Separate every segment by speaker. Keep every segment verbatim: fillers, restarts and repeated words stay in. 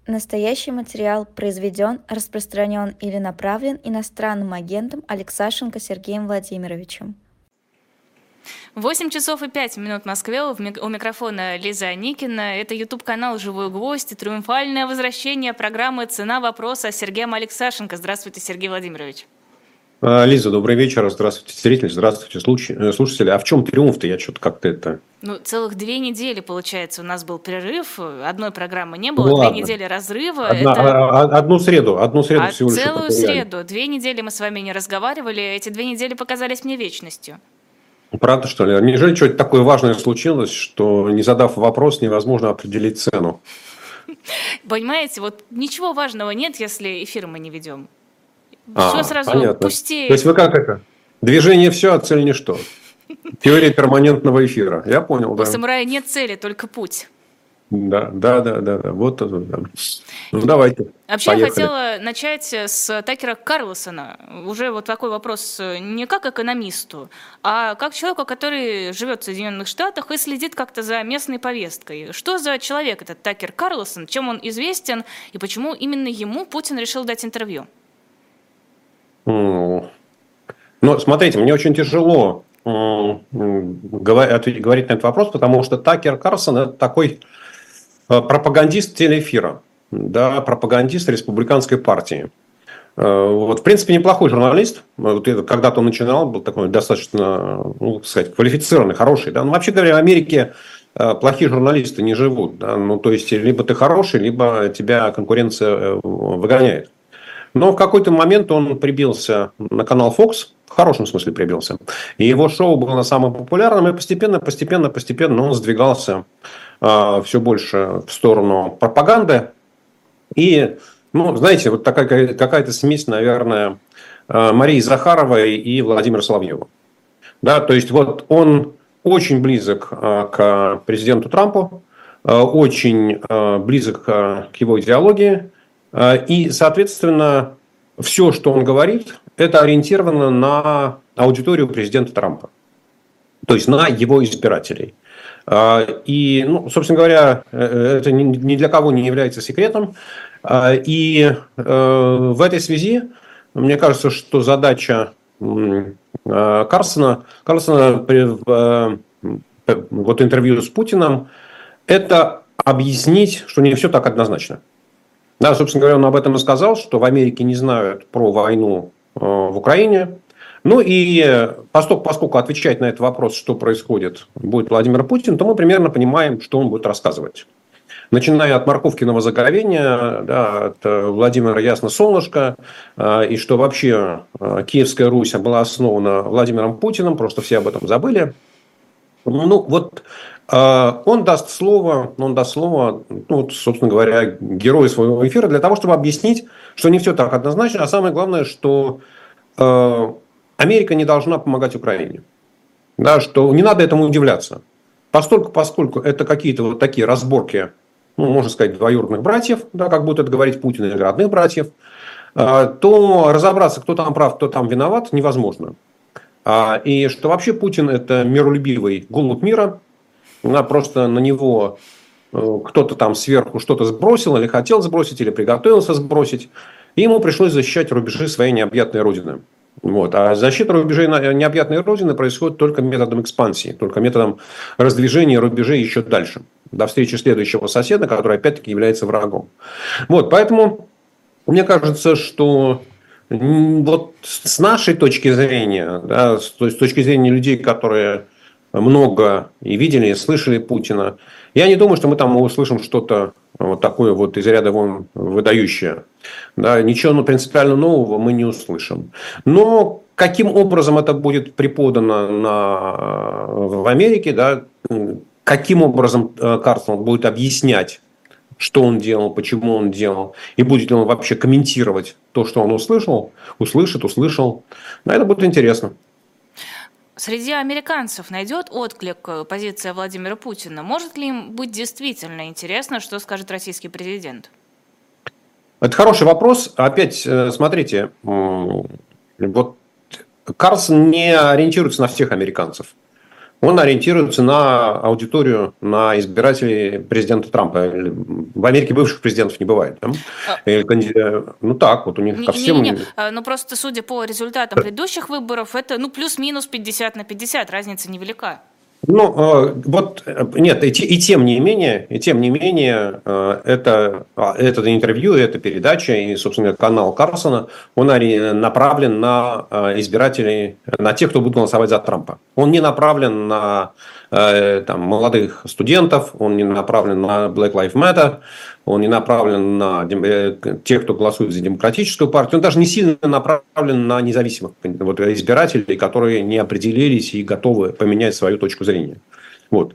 Speaker 1: Настоящий материал произведен, распространен или направлен иностранным агентом Алексашенко Сергеем Владимировичем.
Speaker 2: восемь часов и пять минут в Москве. У микрофона Лиза Аникина. Это YouTube-канал «Живой гвоздь» и триумфальное возвращение программы «Цена вопроса» Сергеем Алексашенко. Здравствуйте, Сергей Владимирович.
Speaker 3: Лиза, добрый вечер. Здравствуйте, зрители. Здравствуйте, слушатели. А в чем триумф-то? Я что-то как-то это...
Speaker 2: Ну, целых две недели, получается, у нас был перерыв. Одной программы не было,
Speaker 3: Ну,
Speaker 2: две
Speaker 3: ладно.
Speaker 2: недели разрыва.
Speaker 3: Одна,
Speaker 2: это...
Speaker 3: Одну среду, одну среду
Speaker 2: а
Speaker 3: всего лишь.
Speaker 2: целую среду. Две недели мы с вами не разговаривали. Эти две недели показались мне вечностью.
Speaker 3: Правда, что ли? Неужели что-то такое важное случилось, что, не задав вопрос, невозможно определить цену?
Speaker 2: Понимаете, вот ничего важного нет, если эфир мы не ведем.
Speaker 3: А,
Speaker 2: все сразу
Speaker 3: понятно.
Speaker 2: пустеет.
Speaker 3: То есть вы как это? Движение все, а цель ничто. Теория перманентного эфира. Я понял,
Speaker 2: У
Speaker 3: да.
Speaker 2: самурая нет цели, только путь.
Speaker 3: Да, да, да, да, да. Вот это, да. Ну, давайте.
Speaker 2: Вообще,
Speaker 3: поехали.
Speaker 2: я хотела начать с Такера Карлсона. Уже вот такой вопрос не как экономисту, а как человеку, который живет в Соединенных Штатах и следит как-то за местной повесткой. Что за человек этот Такер Карлсон, чем он известен и почему именно ему Путин решил дать интервью?
Speaker 3: Ну, смотрите, мне очень тяжело говорить на этот вопрос, потому что Такер Карлсон – это такой пропагандист телеэфира, да, пропагандист республиканской партии. Вот, в принципе, неплохой журналист. Вот когда-то он начинал, был такой достаточно, ну, так сказать, квалифицированный, хороший. Да. Но вообще говоря, в Америке плохие журналисты не живут. Да. Ну, то есть, либо ты хороший, либо тебя конкуренция выгоняет. Но в какой-то момент он прибился на канал Fox, в хорошем смысле прибился. И его шоу было самым популярным, и постепенно, постепенно, постепенно он сдвигался э, все больше в сторону пропаганды. И, ну, знаете, вот такая какая-то смесь, наверное, Марии Захаровой и Владимира Соловьева. Да, то есть, вот он очень близок к президенту Трампу, очень близок к его идеологии. И, соответственно, все, что он говорит, это ориентировано на аудиторию президента Трампа. То есть, на его избирателей. И, ну, собственно говоря, это ни для кого не является секретом. И в этой связи, мне кажется, что задача Карлсона, Карлсона в вот интервью с Путиным, это объяснить, что не все так однозначно. Да, собственно говоря, он об этом и сказал, что в Америке не знают про войну э, в Украине. Ну и поскольку, поскольку отвечать на этот вопрос, что происходит, будет Владимир Путин, то мы примерно понимаем, что он будет рассказывать. Начиная от Морковкиного заговения, да, от Владимира Ясно Солнышко, э, и что вообще э, Киевская Русь была основана Владимиром Путиным, просто все об этом забыли. Ну вот... Он даст слово, он даст слово, ну, собственно говоря, герою своего эфира для того, чтобы объяснить, что не все так однозначно, а самое главное, что э, Америка не должна помогать Украине. Да, что не надо этому удивляться. Поскольку, поскольку это какие-то вот такие разборки, ну, можно сказать, двоюродных братьев, да, как будет это говорить Путин, или родных братьев, э, то разобраться, кто там прав, кто там виноват, невозможно. А, и что вообще Путин – это миролюбивый голубь мира. На, просто на него кто-то там сверху что-то сбросил, или хотел сбросить, или приготовился сбросить. И ему пришлось защищать рубежи своей необъятной родины. Вот. А защита рубежей необъятной родины происходит только методом экспансии, только методом раздвижения рубежей еще дальше. До встречи следующего соседа, который опять-таки является врагом. Вот. Поэтому мне кажется, что вот с нашей точки зрения, да, с точки зрения людей, которые... много и видели, и слышали Путина. Я не думаю, что мы там услышим что-то вот такое вот из ряда вон выдающее. Да, ничего ну, принципиально нового мы не услышим. Но каким образом это будет преподано на, в Америке, да, каким образом Карлсон будет объяснять, что он делал, почему он делал, и будет ли он вообще комментировать то, что он услышал, услышит, услышал. Но это будет интересно.
Speaker 2: Среди американцев найдет отклик позиция Владимира Путина? Может ли им быть действительно интересно, что скажет российский президент?
Speaker 3: Это хороший вопрос. Опять, смотрите, вот Карлсон не ориентируется на всех американцев. он ориентируется на аудиторию, на избирателей президента Трампа. В Америке бывших президентов не бывает. Да? А... Ну так, вот у них ко всем...
Speaker 2: Не, не, не. Ну просто судя по результатам предыдущих выборов, это ну плюс-минус пятьдесят на пятьдесят, разница невелика.
Speaker 3: Ну, вот, нет, и, и тем не менее, и тем не менее, это, это интервью, эта передача и, собственно, канал Карлсона, он направлен на избирателей, на тех, кто будет голосовать за Трампа. Он не направлен на там, молодых студентов, он не направлен на Black Lives Matter, он не направлен на тех, кто голосует за демократическую партию, он даже не сильно направлен на независимых вот, избирателей, которые не определились и готовы поменять свою точку зрения. Вот.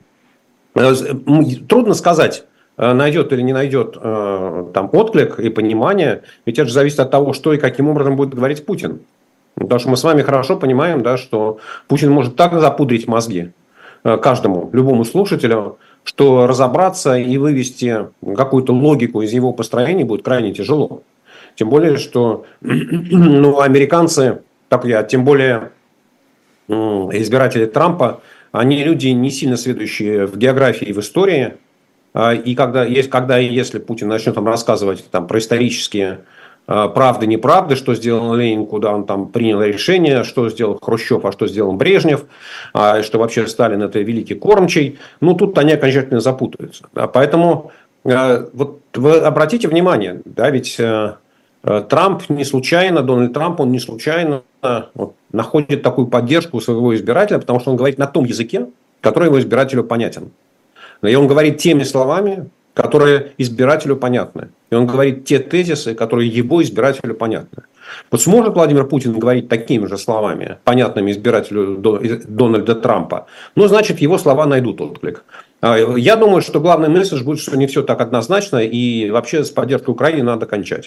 Speaker 3: Трудно сказать, найдет или не найдет там отклик и понимание, ведь это же зависит от того, что и каким образом будет говорить Путин. Потому что мы с вами хорошо понимаем, да, что Путин может так запудрить мозги каждому, любому слушателю, что разобраться и вывести какую-то логику из его построения будет крайне тяжело. Тем более, что ну, американцы, так я, тем более избиратели Трампа, они люди не сильно сведущие в географии и в истории. И когда, когда и если Путин начнет там рассказывать там, про исторические правды, неправды, что сделал Ленин, куда он там принял решение, что сделал Хрущев, а что сделал Брежнев, а что вообще Сталин это великий кормчий. Ну, тут они окончательно запутаются. Да, поэтому вот вы обратите внимание, да, ведь Трамп не случайно, Дональд Трамп, он не случайно вот, находит такую поддержку у своего избирателя, потому что он говорит на том языке, который его избирателю понятен. И он говорит теми словами, которые избирателю понятны. И он говорит те тезисы, которые его избирателю понятны. Вот сможет Владимир Путин говорить такими же словами, понятными избирателю Дональда Трампа, ну, значит, его слова найдут отклик. Я думаю, что главный месседж будет, что не все так однозначно, и вообще с поддержкой Украины надо кончать.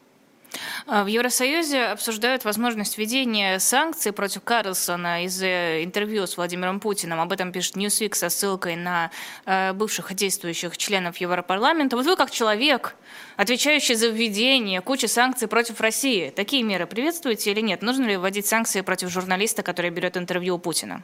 Speaker 2: В Евросоюзе обсуждают возможность введения санкций против Карлсона из-за интервью с Владимиром Путиным. Об этом пишет Newsweek со ссылкой на бывших действующих членов Европарламента. Вот вы как человек, отвечающий за введение кучи санкций против России, такие меры приветствуете или нет? Нужно ли вводить санкции против журналиста, который берет интервью у Путина?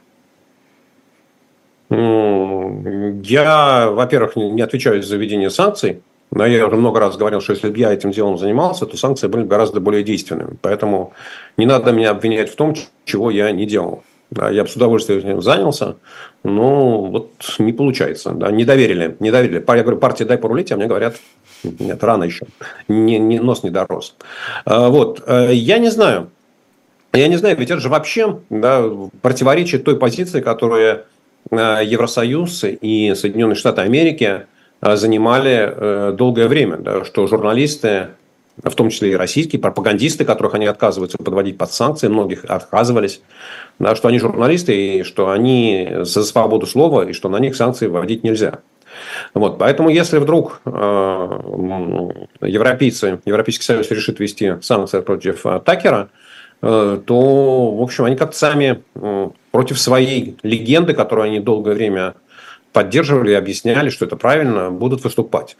Speaker 3: Я, во-первых, не отвечаю за введение санкций. Но я уже много раз говорил, что если бы я этим делом занимался, то санкции были гораздо более действенными. Поэтому не надо меня обвинять в том, чего я не делал. Да, я бы с удовольствием этим занялся, но вот не получается. Да, не доверили. Не доверили. Я говорю, партия дай порулить, а мне говорят, нет, рано еще. Не, не, нос не дорос. Вот. Я не знаю. Я не знаю, ведь это же вообще да, противоречит той позиции, которую Евросоюз и Соединенные Штаты Америки занимали э, долгое время, да, что журналисты, в том числе и российские пропагандисты, которых они отказываются подводить под санкции, многих отказывались, да, что они журналисты, и что они за свободу слова, и что на них санкции вводить нельзя. Вот, поэтому, если вдруг э, европейцы, Европейский Союз решит ввести санкции против э, Такера, э, то, в общем, они как-то сами э, против своей легенды, которую они долгое время поддерживали и объясняли, что это правильно, будут выступать.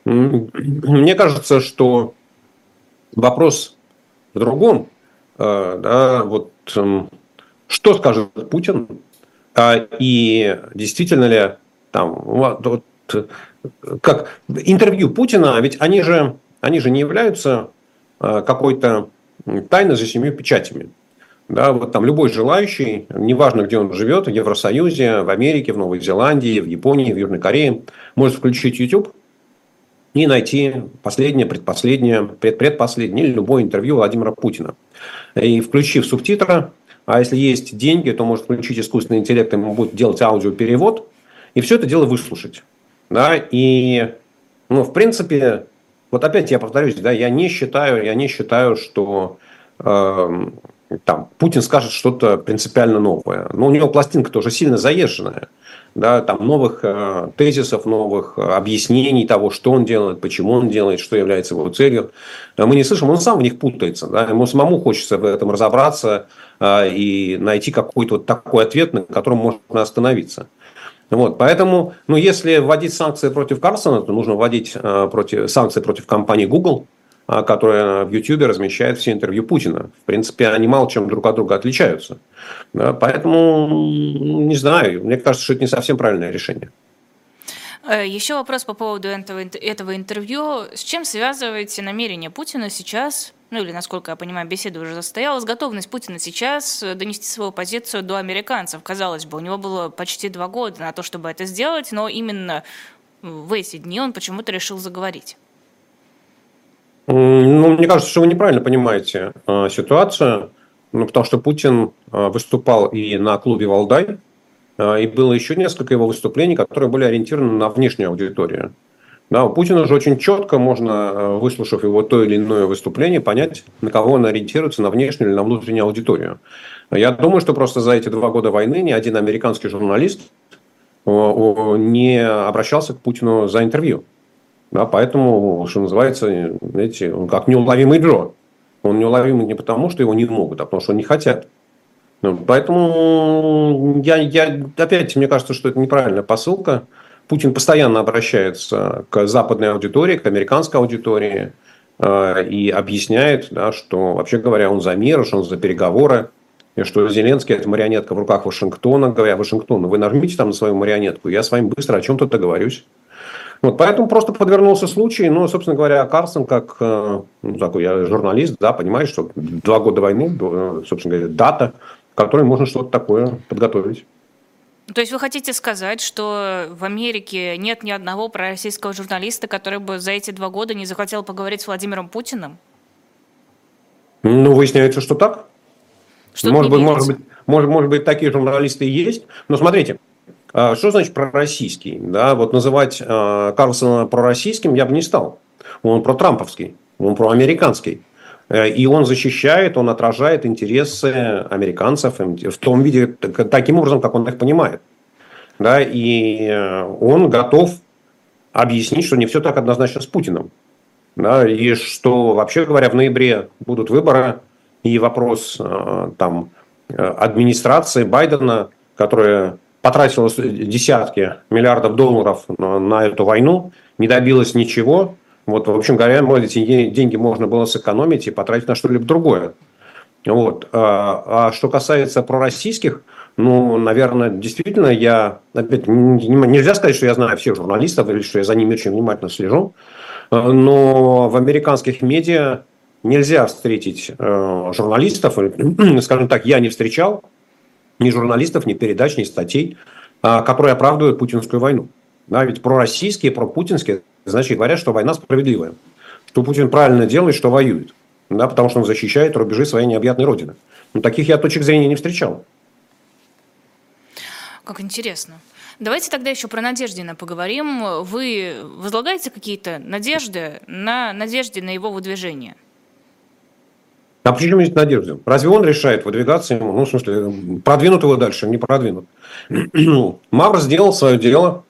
Speaker 3: Мне кажется, что вопрос в другом. Да, вот, что скажет Путин? И действительно ли там, вот, как интервью Путина, ведь они же, они же не являются какой-то тайной за семью печатями. Да, вот там любой желающий, неважно, где он живет, в Евросоюзе, в Америке, в Новой Зеландии, в Японии, в Южной Корее, может включить YouTube и найти последнее, предпоследнее, предпоследнее или любое интервью Владимира Путина. И включив субтитры, а если есть деньги, то может включить искусственный интеллект, ему будет делать аудиоперевод, и все это дело выслушать. Да, и, ну, в принципе, вот опять я повторюсь, да, я не считаю, я не считаю, что э, там, Путин скажет что-то принципиально новое. Но у него пластинка тоже сильно заезженная. Да, там новых э, тезисов, новых э, объяснений того, что он делает, почему он делает, что является его целью. Мы не слышим, он сам в них путается. Да, ему самому хочется в этом разобраться э, и найти какой-то вот такой ответ, на котором можно остановиться. Вот, поэтому, ну, если вводить санкции против Карлсона, то нужно вводить э, против, санкции против компании Google, которая в Ютьюбе размещает все интервью Путина. В принципе, они мало чем друг от друга отличаются. Да, поэтому, не знаю, мне кажется, что это не совсем правильное решение.
Speaker 2: Еще вопрос по поводу этого, этого интервью. С чем связываете намерение Путина сейчас, ну или, насколько я понимаю, беседа уже состоялась, готовность Путина сейчас донести свою позицию до американцев? Казалось бы, у него было почти два года на то, чтобы это сделать, но именно в эти дни он почему-то решил заговорить.
Speaker 3: Ну, мне кажется, что вы неправильно понимаете э, ситуацию, ну, потому что Путин э, выступал и на клубе «Валдай», э, и было еще несколько его выступлений, которые были ориентированы на внешнюю аудиторию. Да, у Путина же очень четко можно, выслушав его то или иное выступление, понять, на кого он ориентируется, на внешнюю или на внутреннюю аудиторию. Я думаю, что просто за эти два года войны ни один американский журналист не обращался к Путину за интервью. Да, поэтому, что называется, знаете, он как неуловимый Джо. Он неуловимый не потому, что его не могут, а потому, что они хотят. Поэтому я, я, опять, мне кажется, что это неправильная посылка. Путин постоянно обращается к западной аудитории, к американской аудитории э, и объясняет, да, что, вообще говоря, он за мир, что он за переговоры, и что Зеленский – это марионетка в руках Вашингтона. Говоря, Вашингтон, вы нажмите там на свою марионетку, я с вами быстро о чем-то договорюсь. Вот, поэтому просто подвернулся случай. Ну, собственно говоря, Карлсон, как э, ну, такой я журналист, да, понимает, что два года войны, собственно говоря, дата, в которой можно что-то такое подготовить.
Speaker 2: То есть вы хотите сказать, что в Америке нет ни одного пророссийского журналиста, который бы за эти два года не захотел поговорить с Владимиром Путиным?
Speaker 3: Ну, выясняется, что так.
Speaker 2: Что
Speaker 3: может, быть, может, быть, может, может быть, такие журналисты и есть. Но смотрите, что значит пророссийский? Да, вот называть э, Карлсона пророссийским я бы не стал. Он протрамповский, он проамериканский. И он защищает, он отражает интересы американцев в том виде, таким образом, как он их понимает. Да, и он готов объяснить, что не все так однозначно с Путиным. Да, и что, вообще говоря, в ноябре будут выборы, и вопрос там, администрации Байдена, которая потратила десятки миллиардов долларов на, на эту войну, не добилась ничего. Вот, в общем говоря, эти деньги можно было сэкономить и потратить на что-либо другое. Вот. А, а что касается пророссийских, ну, наверное, действительно, я опять, нельзя сказать, что я знаю всех журналистов или что я за ними очень внимательно слежу, но в американских медиа нельзя встретить э, журналистов, скажем так, я не встречал ни журналистов, ни передач, ни статей, э, которые оправдывают путинскую войну. Да, ведь пророссийские, пропутинские, значит, говорят, что война справедливая, что Путин правильно делает, что воюет, да, потому что он защищает рубежи своей необъятной родины. Но таких я точек зрения не встречал.
Speaker 2: Как интересно. Давайте тогда еще про Надеждина поговорим. Вы возлагаете какие-то надежды на надежде на его выдвижение?
Speaker 3: А почему здесь Надеждин? Разве он решает выдвигаться ему? Ну, в смысле, продвинут его дальше, не продвинут. Мавр сделал свое дело.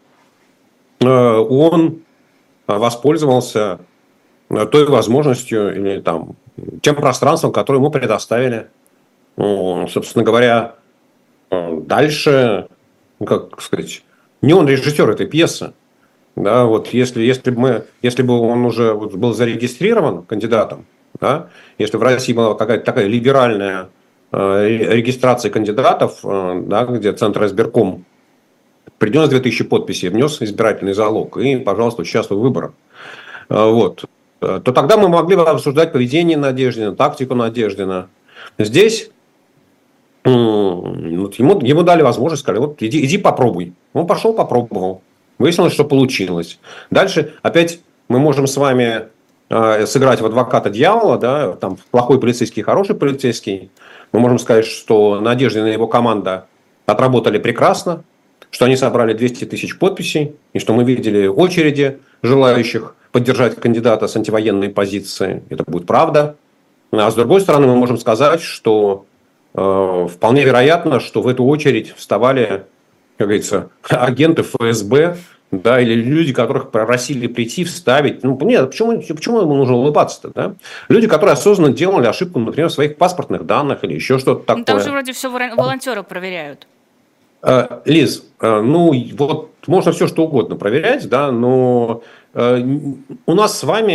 Speaker 3: Он воспользовался той возможностью или там, тем пространством, которое ему предоставили. Собственно говоря, дальше, как сказать, не он режиссер этой пьесы. Да, вот если, если, бы мы, если бы он уже был зарегистрирован кандидатом, да, если в России была какая-то такая либеральная э, регистрация кандидатов, э, да, где Центр избирком принес две тысячи подписей, внес избирательный залог и, пожалуйста, участвуй в выборах, э, вот, то тогда мы могли бы обсуждать поведение Надеждина, тактику Надеждина. Здесь э, вот ему, ему дали возможность, сказали, вот иди, иди попробуй. Он пошел, попробовал. Выяснилось, что получилось. Дальше опять мы можем с вами э, сыграть в адвоката дьявола, да, там плохой полицейский, хороший полицейский. Мы можем сказать, что Надеждин и его команда отработали прекрасно, что они собрали двести тысяч подписей, и что мы видели очереди желающих поддержать кандидата с антивоенной позиции. Это будет правда. А с другой стороны, мы можем сказать, что э, вполне вероятно, что в эту очередь вставали, как говорится, агенты эф эс бэ, да, или люди, которых просили прийти, вставить. Ну, нет, почему, почему ему нужно улыбаться-то? Да? Люди, которые осознанно делали ошибку, например, в своих паспортных данных или еще что-то такое.
Speaker 2: Там же вроде все волонтеры проверяют.
Speaker 3: Лиз, ну вот можно все что угодно проверять, да, но у нас с вами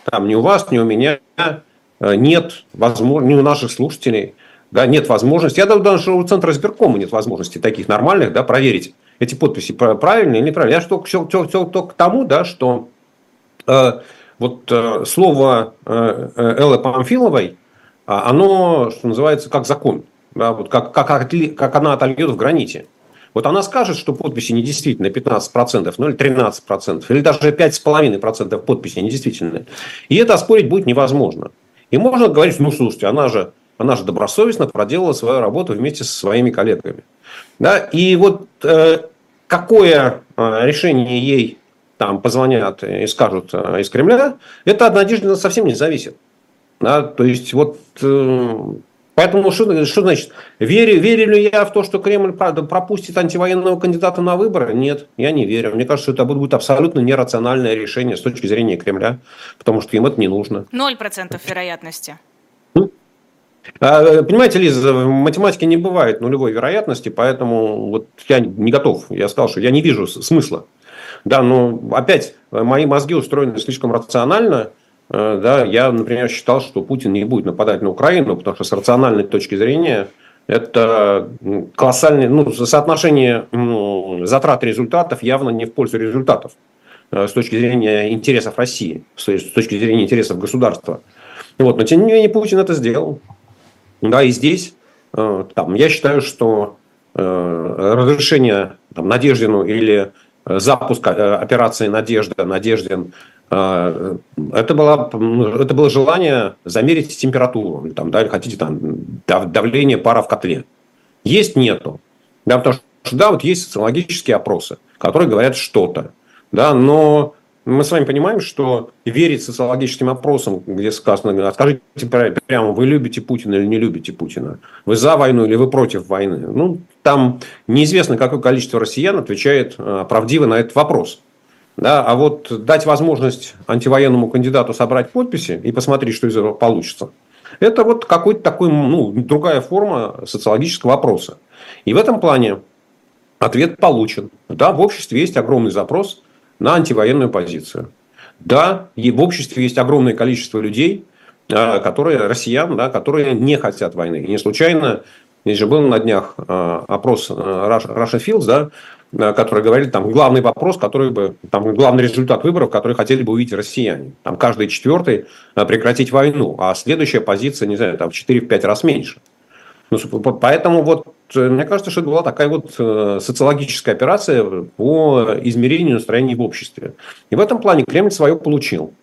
Speaker 3: там ни у вас, ни у меня нет возможности, ни у наших слушателей, да, нет возможности. Я думаю, даже у Центра избиркома нет возможности таких нормальных, да, проверить эти подписи правильные или неправильные. Я что, все, все, все только к тому, да, что э, вот э, слово э, Эллы Памфиловой, оно, что называется, как закон, да, вот как, как, как она отольет в граните. Вот она скажет, что подписи недействительны пятнадцать процентов, ну или тринадцать процентов, или даже пять целых пять десятых процента подписей недействительны. И это оспорить будет невозможно. И можно говорить, ну слушайте, она же, она же добросовестно проделала свою работу вместе со своими коллегами. Да? И вот э, какое э, решение ей там позвонят и скажут э, из Кремля, это от Надеждина совсем не зависит. Да? То есть вот... Э, Поэтому что, что значит? Верю, верю ли я в то, что Кремль пропустит антивоенного кандидата на выборы? Нет, я не верю. Мне кажется, что это будет абсолютно нерациональное решение с точки зрения Кремля, потому что им это не нужно.
Speaker 2: Ноль процентов вероятности.
Speaker 3: Понимаете, Лиза, в математике не бывает нулевой вероятности, поэтому вот я не готов. Я сказал, что я не вижу смысла. Да, но опять, мои мозги устроены слишком рационально. Да, я, например, считал, что Путин не будет нападать на Украину, потому что с рациональной точки зрения это колоссальное, ну, соотношение ну, затрат и результатов явно не в пользу результатов с точки зрения интересов России, с точки зрения интересов государства. Вот, но тем не менее Путин это сделал. Да, и здесь там, я считаю, что разрешение там, Надеждину или запуск операции «Надежда», «Надеждин» Это было, это было желание замерить температуру, там, да, или хотите, там, давление пара в котле. Есть, нету. Да, потому что да, вот есть социологические опросы, которые говорят что-то. Да, но мы с вами понимаем, что верить социологическим опросам, где сказано, скажите прямо, вы любите Путина или не любите Путина, вы за войну или вы против войны. Ну, там неизвестно, какое количество россиян отвечает правдиво на этот вопрос. Да, а вот дать возможность антивоенному кандидату собрать подписи и посмотреть, что из этого получится, это вот какой-то такой, ну, другая форма социологического опроса. И в этом плане ответ получен. Да, в обществе есть огромный запрос на антивоенную позицию. Да, и в обществе есть огромное количество людей, которые, россиян, да, которые не хотят войны. И не случайно, здесь же был на днях опрос Russia Fields, да, который говорили, там, главный вопрос, который бы, там, главный результат выборов, который хотели бы увидеть россияне. Там, каждый четвертый прекратить войну, а следующая позиция, не знаю, там, в четыре-пять раз меньше. Ну, поэтому, вот, мне кажется, что это была такая вот социологическая операция по измерению настроений в обществе. И в этом плане Кремль свое получил.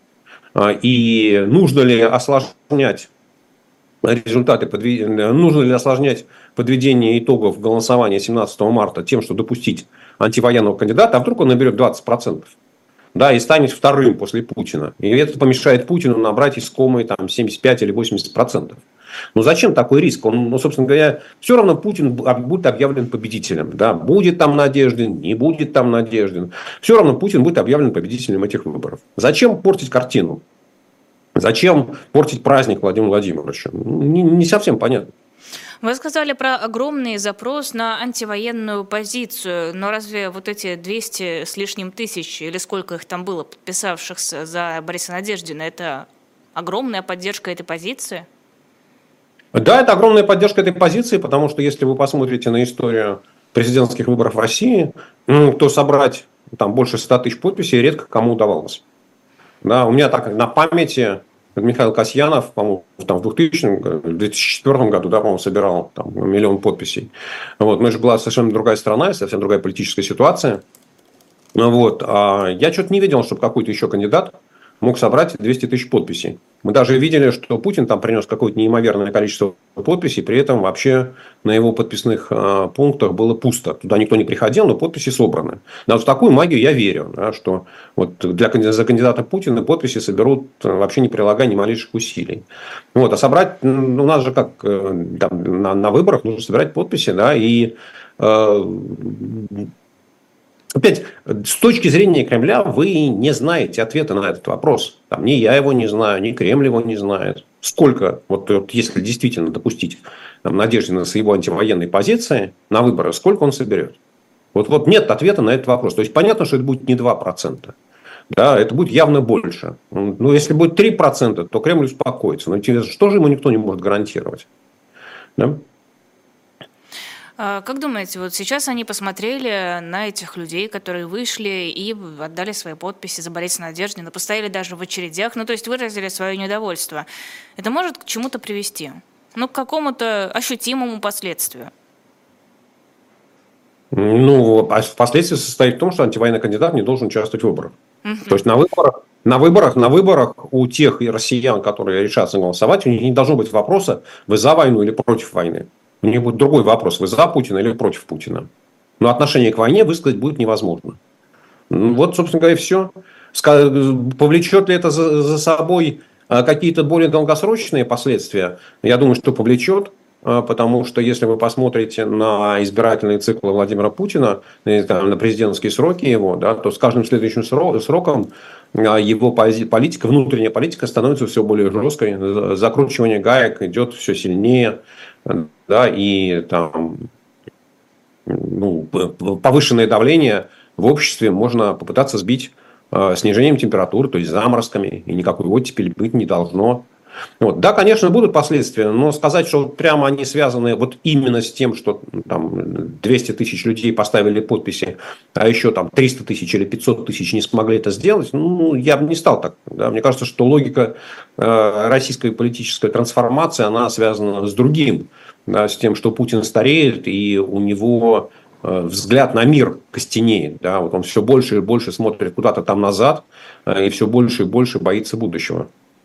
Speaker 3: И нужно ли осложнять результаты, нужно ли осложнять подведение итогов голосования семнадцатого марта тем, что допустить антивоенного кандидата, а вдруг он наберет двадцать процентов, да, и станет вторым после Путина. И это помешает Путину набрать искомые там, семьдесят пять или восемьдесят процентов. Ну зачем такой риск? Он, ну, собственно говоря, все равно Путин будет объявлен победителем. Да? Будет там Надеждин, не будет там Надеждин. Все равно Путин будет объявлен победителем этих выборов. Зачем портить картину? Зачем портить праздник Владимиру Владимировичу? Не, не совсем понятно.
Speaker 2: Вы сказали про огромный запрос на антивоенную позицию, но разве вот эти двести с лишним тысяч, или сколько их там было, подписавшихся за Бориса Надеждина, это огромная поддержка этой позиции?
Speaker 3: Да, это огромная поддержка этой позиции, потому что если вы посмотрите на историю президентских выборов в России, то собрать там больше ста тысяч подписей редко кому удавалось. Да, у меня так на памяти Михаил Касьянов, по-моему, там в двухтысячном, в две тысячи четвёртом году, да, по-моему, собирал там миллион подписей. Вот, но это же была совершенно другая страна, совсем другая политическая ситуация. Вот, а я что-то не видел, чтобы какой-то еще кандидат мог собрать двести тысяч подписей. Мы даже видели, что Путин там принес какое-то неимоверное количество подписей, при этом вообще на его подписных э, пунктах было пусто. Туда никто не приходил, но подписи собраны. Но вот в такую магию я верю, да, что вот для, за кандидата Путина подписи соберут, вообще не прилагая ни малейших усилий. Вот, а собрать, ну, у нас же как э, там, на, на выборах нужно собирать подписи, да, и э, опять, с точки зрения Кремля, вы не знаете ответа на этот вопрос. Там, ни я его не знаю, ни Кремль его не знает. Сколько, вот, вот если действительно допустить там, Надеждина с его антивоенной позиции на выборы, сколько он соберет? Вот, вот нет ответа на этот вопрос. То есть, понятно, что это будет не два процента. Да, это будет явно больше. Ну, если будет три процента, то Кремль успокоится. Но что же ему никто не может гарантировать? Да?
Speaker 2: Как думаете, вот сейчас они посмотрели на этих людей, которые вышли и отдали свои подписи за Бориса Надеждина, постояли даже в очередях, ну то есть выразили свое недовольство. Это может к чему-то привести? Ну, к какому-то ощутимому последствию?
Speaker 3: Ну, а последствие состоит в том, что антивоенный кандидат не должен участвовать в выборах. Uh-huh. То есть на выборах, на выборах, на выборах у тех россиян, которые решатся голосовать, у них не должно быть вопроса, вы за войну или против войны. У них будет другой вопрос, вы за Путина или против Путина. Но отношение к войне высказать будет невозможно. Вот, собственно говоря, и все. Повлечет ли это за, за собой какие-то более долгосрочные последствия? Я думаю, что повлечет. Потому что если вы посмотрите на избирательные циклы Владимира Путина, на президентские сроки его, да, то с каждым следующим сроком его политика, внутренняя политика становится все более жесткой, закручивание гаек идет все сильнее, да, и там, ну, повышенное давление в обществе можно попытаться сбить снижением температуры, то есть заморозками, и никакой оттепели быть не должно. Вот. Да, конечно, будут последствия, но сказать, что прямо они связаны вот именно с тем, что там двести тысяч людей поставили подписи, а еще там триста тысяч или пятьсот тысяч не смогли это сделать, ну, я бы не стал так. Да. Мне кажется, что логика э, российской политической трансформации, она связана с другим, да, с тем, что Путин стареет, и у него э, взгляд на мир костенеет. Да. Вот он все больше и больше смотрит куда-то там назад, э, и все больше и больше боится будущего.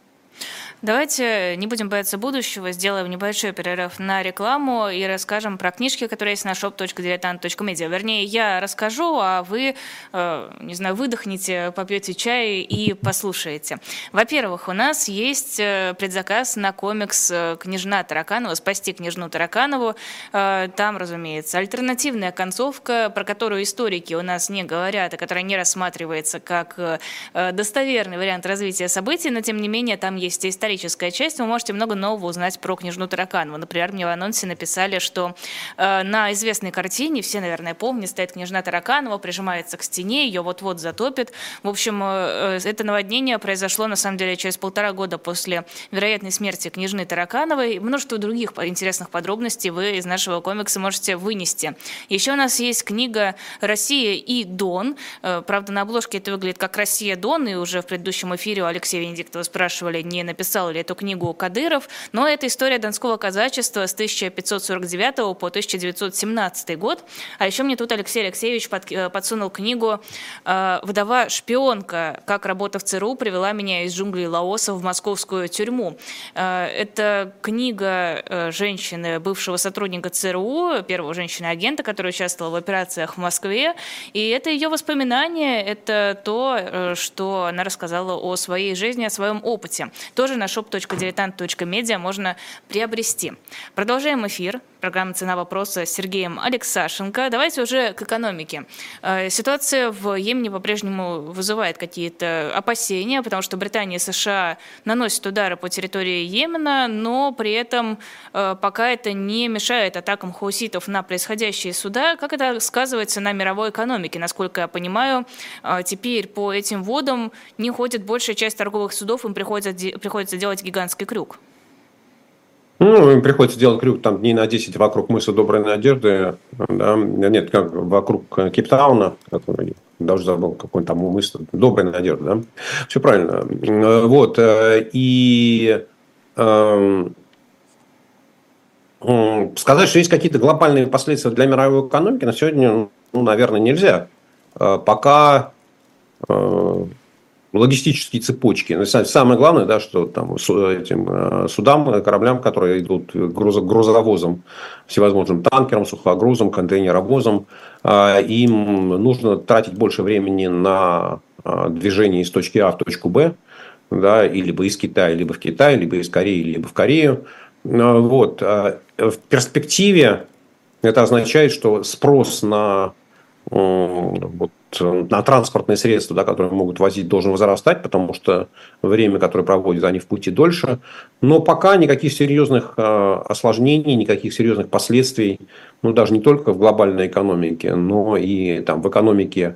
Speaker 2: Давайте не будем бояться будущего, сделаем небольшой перерыв на рекламу и расскажем про книжки, которые есть на шоп точка дилетант точка медиа. Вернее, я расскажу, а вы, э, не знаю, выдохните, попьете чай и послушаете. Во-первых, у нас есть предзаказ на комикс «Княжна Тараканова», «Спасти княжну Тараканову». Э, там, разумеется, альтернативная концовка, про которую историки у нас не говорят, и которая не рассматривается как э, достоверный вариант развития событий, но, тем не менее, там есть историческая историческая часть, вы можете много нового узнать про княжну Тараканову. Например, мне в анонсе написали, что э, на известной картине, все, наверное, помнят, стоит княжна Тараканова, прижимается к стене, ее вот-вот затопит. В общем, э, это наводнение произошло, на самом деле, через полтора года после вероятной смерти княжны Таракановой. Множество других интересных подробностей вы из нашего комикса можете вынести. Еще у нас есть книга «Россия и Дон». Э, правда, на обложке это выглядит как «Россия, Дон», и уже в предыдущем эфире у Алексея Венедиктова спрашивали, не написал ли эту книгу Кадыров, но это история донского казачества с тысяча пятьсот сорок девятого по тысяча девятьсот семнадцатый год. А еще мне тут Алексей Алексеевич под, подсунул книгу «Вдова-шпионка. Как работа в ЦРУ привела меня из джунглей Лаоса в московскую тюрьму». Это книга женщины, бывшего сотрудника ЦРУ, первого женщины-агента, которая участвовала в операциях в Москве. И это ее воспоминания, это то, что она рассказала о своей жизни, о своем опыте. Тоже на шоп точка дилетант точка медиа можно приобрести. Продолжаем эфир. Программа «Цена вопроса» с Сергеем Алексашенко. Давайте уже к экономике. Ситуация в Йемене по-прежнему вызывает какие-то опасения, потому что Британия и США наносят удары по территории Йемена, но при этом пока это не мешает атакам хауситов на происходящие суда. Как это сказывается на мировой экономике? Насколько я понимаю, теперь по этим водам не ходит большая часть торговых судов, им приходится, приходится делать гигантский крюк.
Speaker 3: Ну, им приходится делать крюк там дней на десять вокруг мыса Доброй Надежды, да, нет, как вокруг Кейптауна, который, даже забыл, какой там мыс Доброй Надежды, да, все правильно. Вот, и э, э, сказать, что есть какие-то глобальные последствия для мировой экономики на сегодня, ну, наверное, нельзя. Пока э, логистические цепочки. Самое главное, да, что там этим судам, кораблям, которые идут грузовозом, всевозможным танкерам, сухогрузом, контейнеровозом, им нужно тратить больше времени на движение из точки А в точку Б, да, и либо из Китая, либо в Китай, либо из Кореи, либо в Корею. Вот. В перспективе это означает, что спрос на вот, на транспортные средства, да, которые могут возить, должен возрастать, потому что время, которое проводят они в пути, дольше. Но пока никаких серьезных э, осложнений, никаких серьезных последствий, ну, даже не только в глобальной экономике, но и там, в экономике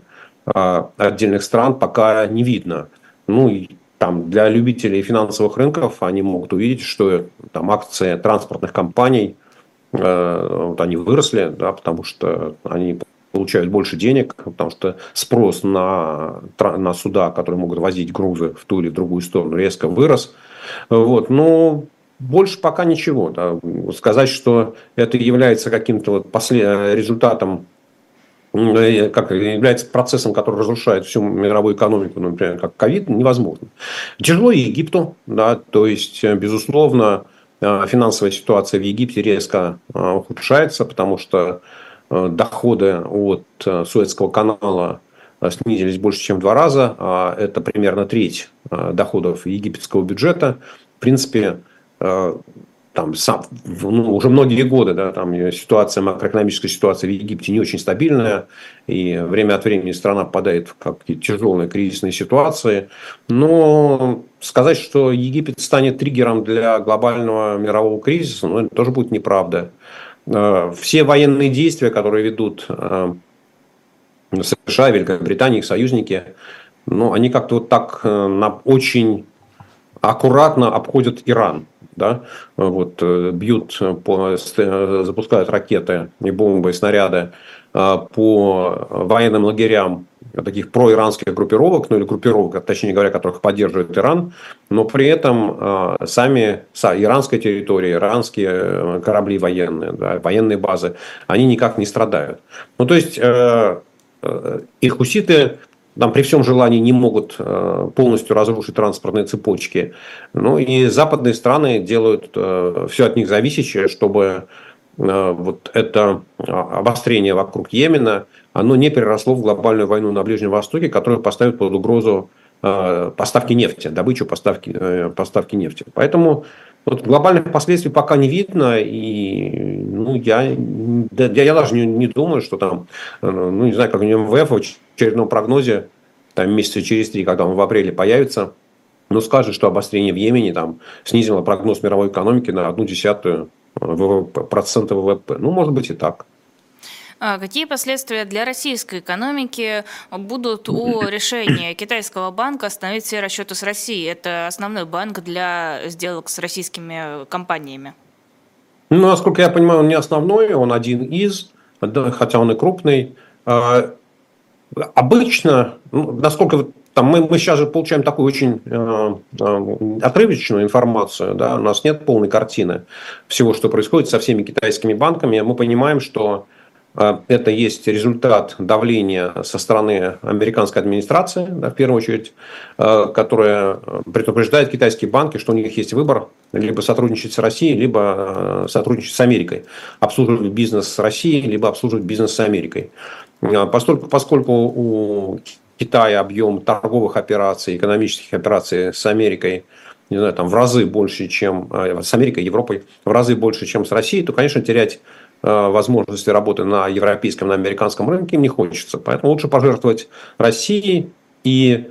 Speaker 3: отдельных стран пока не видно. Ну, и там для любителей финансовых рынков они могут увидеть, что там акции транспортных компаний, вот они выросли, да, потому что они получают больше денег, потому что спрос на, на суда, которые могут возить грузы в ту или в другую сторону, резко вырос. Вот. Но больше пока ничего. Да. Сказать, что это является каким-то вот послед... результатом, как является процессом, который разрушает всю мировую экономику, например, как ковид, невозможно. Тяжело Египту, да, то есть, безусловно, финансовая ситуация в Египте резко ухудшается, потому что доходы от Суэцкого канала снизились больше, чем в два раза. А это примерно треть доходов египетского бюджета. В принципе, там, сам, ну, уже многие годы, да, там ситуация, макроэкономическая ситуация в Египте не очень стабильная. И время от времени страна попадает в какие-то тяжелые кризисные ситуации. Но сказать, что Египет станет триггером для глобального мирового кризиса, ну, это тоже будет неправда. Все военные действия, которые ведут США, Великобритания, их союзники, ну, они как-то вот так очень аккуратно обходят Иран. Да? Вот, бьют, по, запускают ракеты и бомбы, и снаряды по военным лагерям таких проиранских группировок, ну или группировок, точнее говоря, которых поддерживает Иран, но при этом сами иранская территория, иранские корабли военные, да, военные базы, они никак не страдают. Ну, то есть, их хуситы там при всем желании не могут полностью разрушить транспортные цепочки. Ну и западные страны делают все от них зависящее, чтобы вот это обострение вокруг Йемена, оно не переросло в глобальную войну на Ближнем Востоке, которая поставит под угрозу поставки нефти, добычу поставки, поставки нефти. Поэтому вот глобальных последствий пока не видно, и ну, я, я, я даже не, не думаю, что там, ну не знаю, как у эм вэ эф в очередном прогнозе, там месяца через три, когда он в апреле появится, но скажет, что обострение в Йемене там снизило прогноз мировой экономики на одну десятую процента вэ вэ пэ. Ну, может быть и так.
Speaker 2: А какие последствия для российской экономики будут у решения китайского банка остановить все расчеты с Россией? Это основной банк для сделок с российскими компаниями.
Speaker 3: Ну, насколько я понимаю, он не основной, он один из, хотя он и крупный. Обычно, ну, насколько там, мы, мы сейчас же получаем такую очень э, э, отрывочную информацию, да, у нас нет полной картины всего, что происходит со всеми китайскими банками. Мы понимаем, что э, это есть результат давления со стороны американской администрации, да, в первую очередь, э, которая предупреждает китайские банки, что у них есть выбор: либо сотрудничать с Россией, либо э, сотрудничать с Америкой, обслуживать бизнес с Россией, либо обслуживать бизнес с Америкой. Поскольку, поскольку у Китая объем торговых операций, экономических операций с Америкой, не знаю, там в разы больше, чем с Америкой, Европой, в разы больше, чем с Россией, то, конечно, терять возможности работы на европейском, на американском рынке им не хочется. Поэтому лучше пожертвовать Россией, и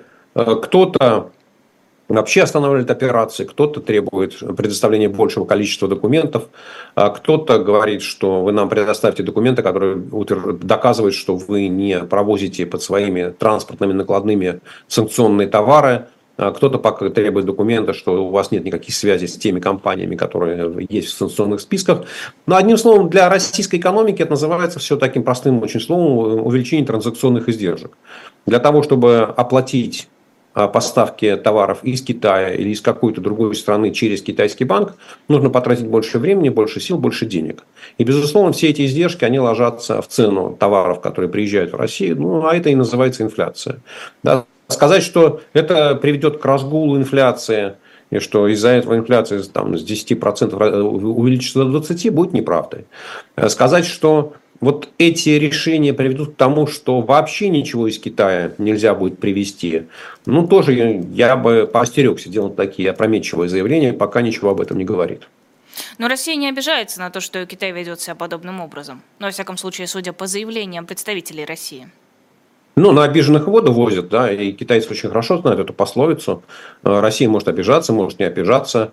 Speaker 3: кто-то вообще останавливает операции, кто-то требует предоставления большего количества документов, а кто-то говорит, что вы нам предоставьте документы, которые доказывают, что вы не провозите под своими транспортными накладными санкционные товары, а кто-то пока требует документа, что у вас нет никаких связей с теми компаниями, которые есть в санкционных списках. Но одним словом, для российской экономики это называется все таким простым очень словом: увеличение транзакционных издержек. Для того, чтобы оплатить поставки товаров из Китая или из какой-то другой страны через китайский банк, нужно потратить больше времени, больше сил, больше денег. И, безусловно, все эти издержки, они ложатся в цену товаров, которые приезжают в Россию. Ну, а это и называется инфляция. Да. Сказать, что это приведет к разгулу инфляции, и что из-за этого инфляция там, с десяти процентов увеличится до двадцати процентов, будет неправдой. Сказать, что вот эти решения приведут к тому, что вообще ничего из Китая нельзя будет привезти, ну, тоже я бы поостерегся делать такие опрометчивые заявления, пока ничего об этом не говорит.
Speaker 2: Но Россия не обижается на то, что Китай ведет себя подобным образом. Но, во всяком случае, судя по заявлениям представителей России.
Speaker 3: Ну, на обиженных воду возят, да, и китайцы очень хорошо знают эту пословицу. Россия может обижаться, может не обижаться,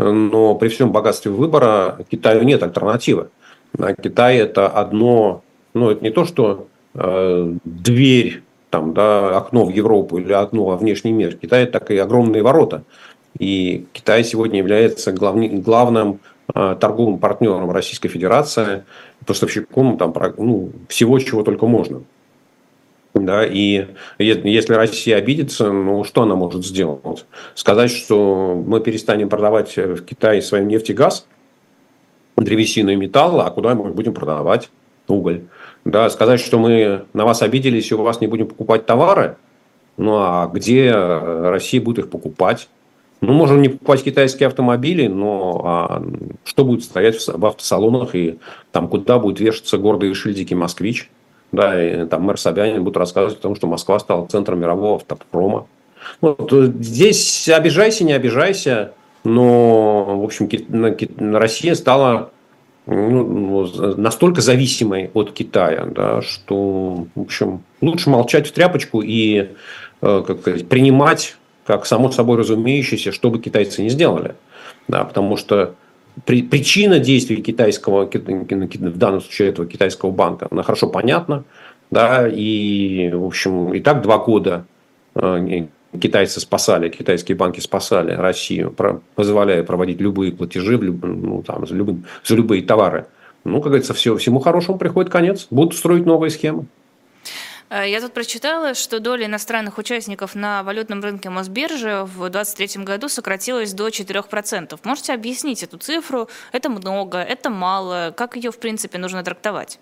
Speaker 3: но при всем богатстве выбора Китаю нет альтернативы. Китай – это одно, ну, это не то, что э, дверь там, да, окно в Европу или окно во внешний мир. Китай – это такие огромные ворота. И Китай сегодня является главни, главным э, торговым партнером Российской Федерации, поставщиком там, ну, всего, чего только можно. Да, и если Россия обидится, ну что она может сделать? Сказать, что мы перестанем продавать в Китай свою нефть и газ, древесину и металл, а куда мы будем продавать уголь? Да, сказать, что мы на вас обиделись и у вас не будем покупать товары, ну а где Россия будет их покупать? Ну, можем не покупать китайские автомобили, но а что будет стоять в автосалонах и там куда будет вешаться гордые шильдики «Москвич»? Да, и там мэр Собянин будет рассказывать о том, что Москва стала центром мирового автопрома. Вот, здесь обижайся, не обижайся, но, в общем, Россия стала ну, настолько зависимой от Китая, да, что, в общем, лучше молчать в тряпочку и как сказать, принимать как само собой разумеющееся, что бы китайцы не сделали. Да, потому что причина действий китайского, в данном случае этого китайского банка, она хорошо понятна. Да, и, в общем, и так два года китайцы спасали, китайские банки спасали Россию, позволяя проводить любые платежи ну, там, за, любым, за любые товары. Ну, как говорится, все, всему хорошему приходит конец. Будут строить новые схемы.
Speaker 2: Я тут прочитала, что доля иностранных участников на валютном рынке Мосбиржи в двадцать третьем году сократилась до четырёх процентов. Можете объяснить эту цифру? Это много, это мало? Как ее, в принципе, нужно трактовать?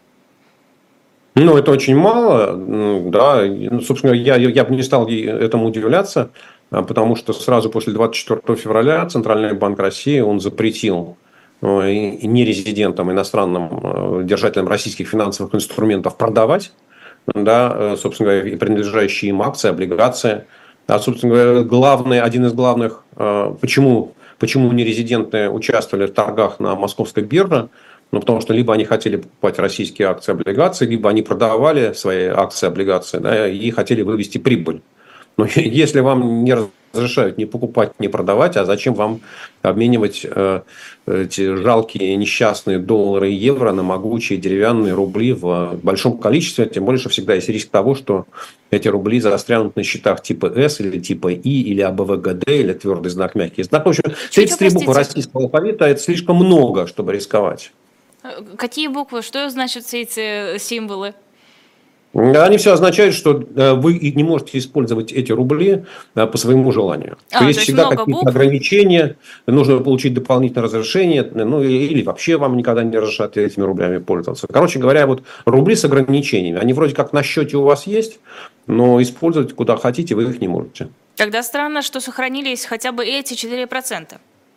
Speaker 3: Ну, это очень мало, да. Собственно, я, я бы не стал этому удивляться, потому что сразу после двадцать четвёртого февраля Центральный банк России, он запретил нерезидентам, иностранным держателям российских финансовых инструментов продавать, да, собственно говоря, принадлежащие им акции, облигации. А, собственно говоря, главный, один из главных, почему, почему нерезиденты участвовали в торгах на московской бирже, ну, потому что либо они хотели покупать российские акции, облигации, либо они продавали свои акции, облигации, да, и хотели вывести прибыль. Но если вам не разрешают ни покупать, ни продавать, а зачем вам обменивать э, эти жалкие несчастные доллары и евро на могучие деревянные рубли в большом количестве, тем более, что всегда есть риск того, что эти рубли застрянут на счетах типа С или типа И, или А Б В Г Д, или твердый знак, мягкий знак. В общем, тридцать три буквы российского алфавита – это слишком много, чтобы рисковать.
Speaker 2: Какие буквы? Что значат все эти символы?
Speaker 3: Они все означают, что вы не можете использовать эти рубли по своему желанию.
Speaker 2: А,
Speaker 3: есть всегда какие-то ограничения, нужно получить дополнительное разрешение, ну или вообще вам никогда не разрешат этими рублями пользоваться. Короче говоря, вот рубли с ограничениями. Они вроде как на счете у вас есть, но использовать куда хотите вы их не можете.
Speaker 2: Тогда странно, что сохранились хотя бы эти четыре процента.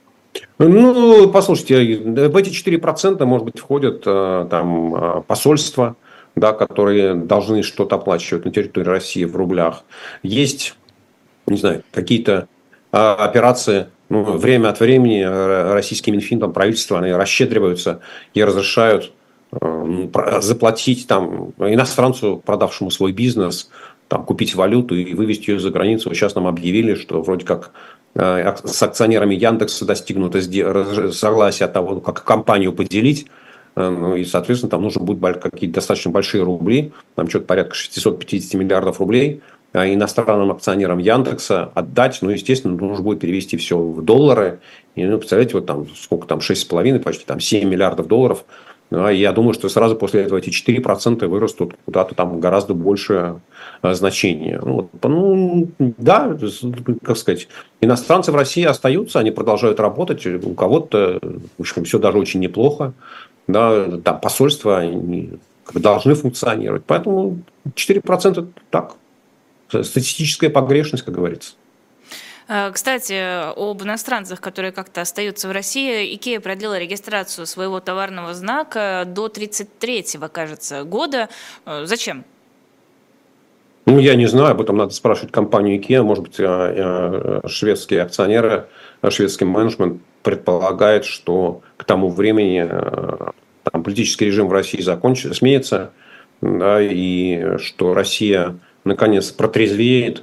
Speaker 3: Ну, послушайте, в эти четыре процента, может быть, входят там посольства, да, которые должны что-то оплачивать на территории России в рублях. Есть, не знаю, какие-то операции, ну, время от времени российские Минфин, там, правительство, они расщедриваются и разрешают заплатить там, иностранцу, продавшему свой бизнес, там, купить валюту и вывести ее за границу. Сейчас нам объявили, что вроде как с акционерами Яндекса достигнуто согласие от того, как компанию поделить. Ну, и, соответственно, там нужно будет какие-то достаточно большие рубли, там что-то порядка шестьсот пятьдесят миллиардов рублей иностранным акционерам Яндекса отдать. Ну, естественно, нужно будет перевести все в доллары. И, ну, представляете, вот там сколько там, шесть с половиной, почти там семь миллиардов долларов. Ну, я думаю, что сразу после этого эти четыре процента вырастут куда-то там гораздо большее значение. Ну, ну, да, как сказать, иностранцы в России остаются, они продолжают работать. У кого-то, в общем, все даже очень неплохо. Да, там посольства они должны функционировать. Поэтому четыре процента так. Статистическая погрешность, как говорится.
Speaker 2: Кстати, об иностранцах, которые как-то остаются в России, IKEA продлила регистрацию своего товарного знака до тридцать третьего, кажется, года. Зачем?
Speaker 3: Ну, я не знаю, об этом надо спрашивать компанию IKEA. Может быть, шведские акционеры, шведский менеджмент предполагает, что к тому времени там, политический режим в России закончится, сменится, да, и что Россия наконец протрезвеет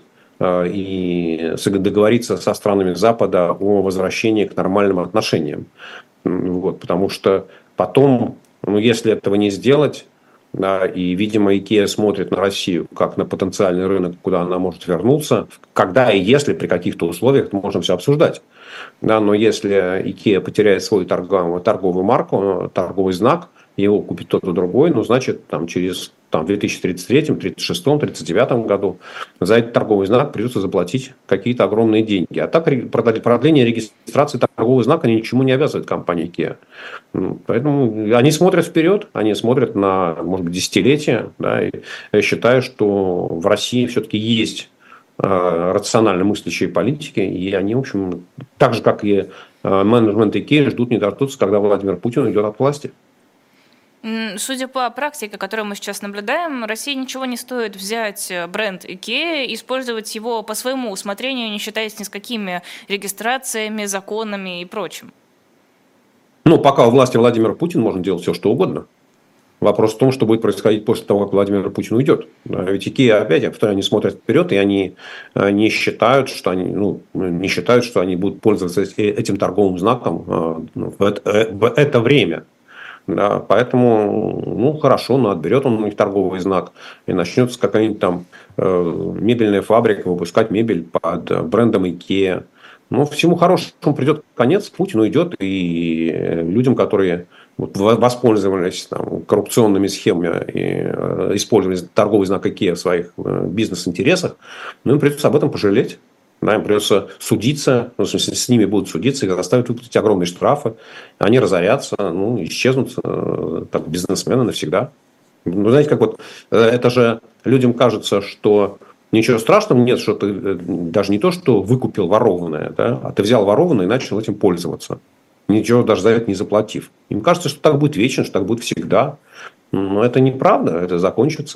Speaker 3: и договориться со странами Запада о возвращении к нормальным отношениям. Вот, потому что потом, ну, если этого не сделать, Да, и, видимо, IKEA смотрит на Россию как на потенциальный рынок, куда она может вернуться. Когда и если, при каких-то условиях, это можно все обсуждать. Да, но если IKEA потеряет свою торговую, торговую марку, торговый знак, его купит кто-то другой, ну, значит, там, через там, в две тысячи тридцать третьем, тридцать шестом, тридцать девятом году за этот торговый знак придется заплатить какие-то огромные деньги. А так продление регистрации торгового знака ничему не обязывает компанию IKEA. Поэтому они смотрят вперед, они смотрят на, может быть, десятилетия. Да, и я считаю, что в России все-таки есть рационально мыслящие политики, и они, в общем, так же, как и менеджмент IKEA, ждут не дождутся, когда Владимир Путин уйдет от власти.
Speaker 2: Судя по практике, которую мы сейчас наблюдаем, России ничего не стоит взять бренд IKEA и использовать его по своему усмотрению, не считаясь ни с какими регистрациями, законами и прочим.
Speaker 3: Ну, пока у власти Владимир Путин, можно делать все, что угодно. Вопрос в том, что будет происходить после того, как Владимир Путин уйдет. Ведь IKEA, опять, я повторяю, они смотрят вперед, и они не считают, что они, ну, не считают, что они будут пользоваться этим торговым знаком в это, в это время. Да, поэтому, ну, хорошо, но отберет он у них торговый знак, и начнется какая-нибудь там э, мебельная фабрика выпускать мебель под брендом IKEA. Ну, всему хорошему придет конец, Путин уйдет, и людям, которые вот, воспользовались там, коррупционными схемами и э, использовали торговый знак IKEA в своих э, бизнес-интересах, ну, им придется об этом пожалеть. Да, им придется судиться, ну, в смысле, с ними будут судиться, их заставят выплатить огромные штрафы, они разорятся, ну, исчезнут э, как бизнесмены навсегда. Ну, знаете, как вот, э, это же людям кажется, что ничего страшного нет, что ты э, даже не то, что выкупил ворованное, да, а ты взял ворованное и начал этим пользоваться, ничего даже за это не заплатив. Им кажется, что так будет вечно, что так будет всегда. Но это неправда, это закончится.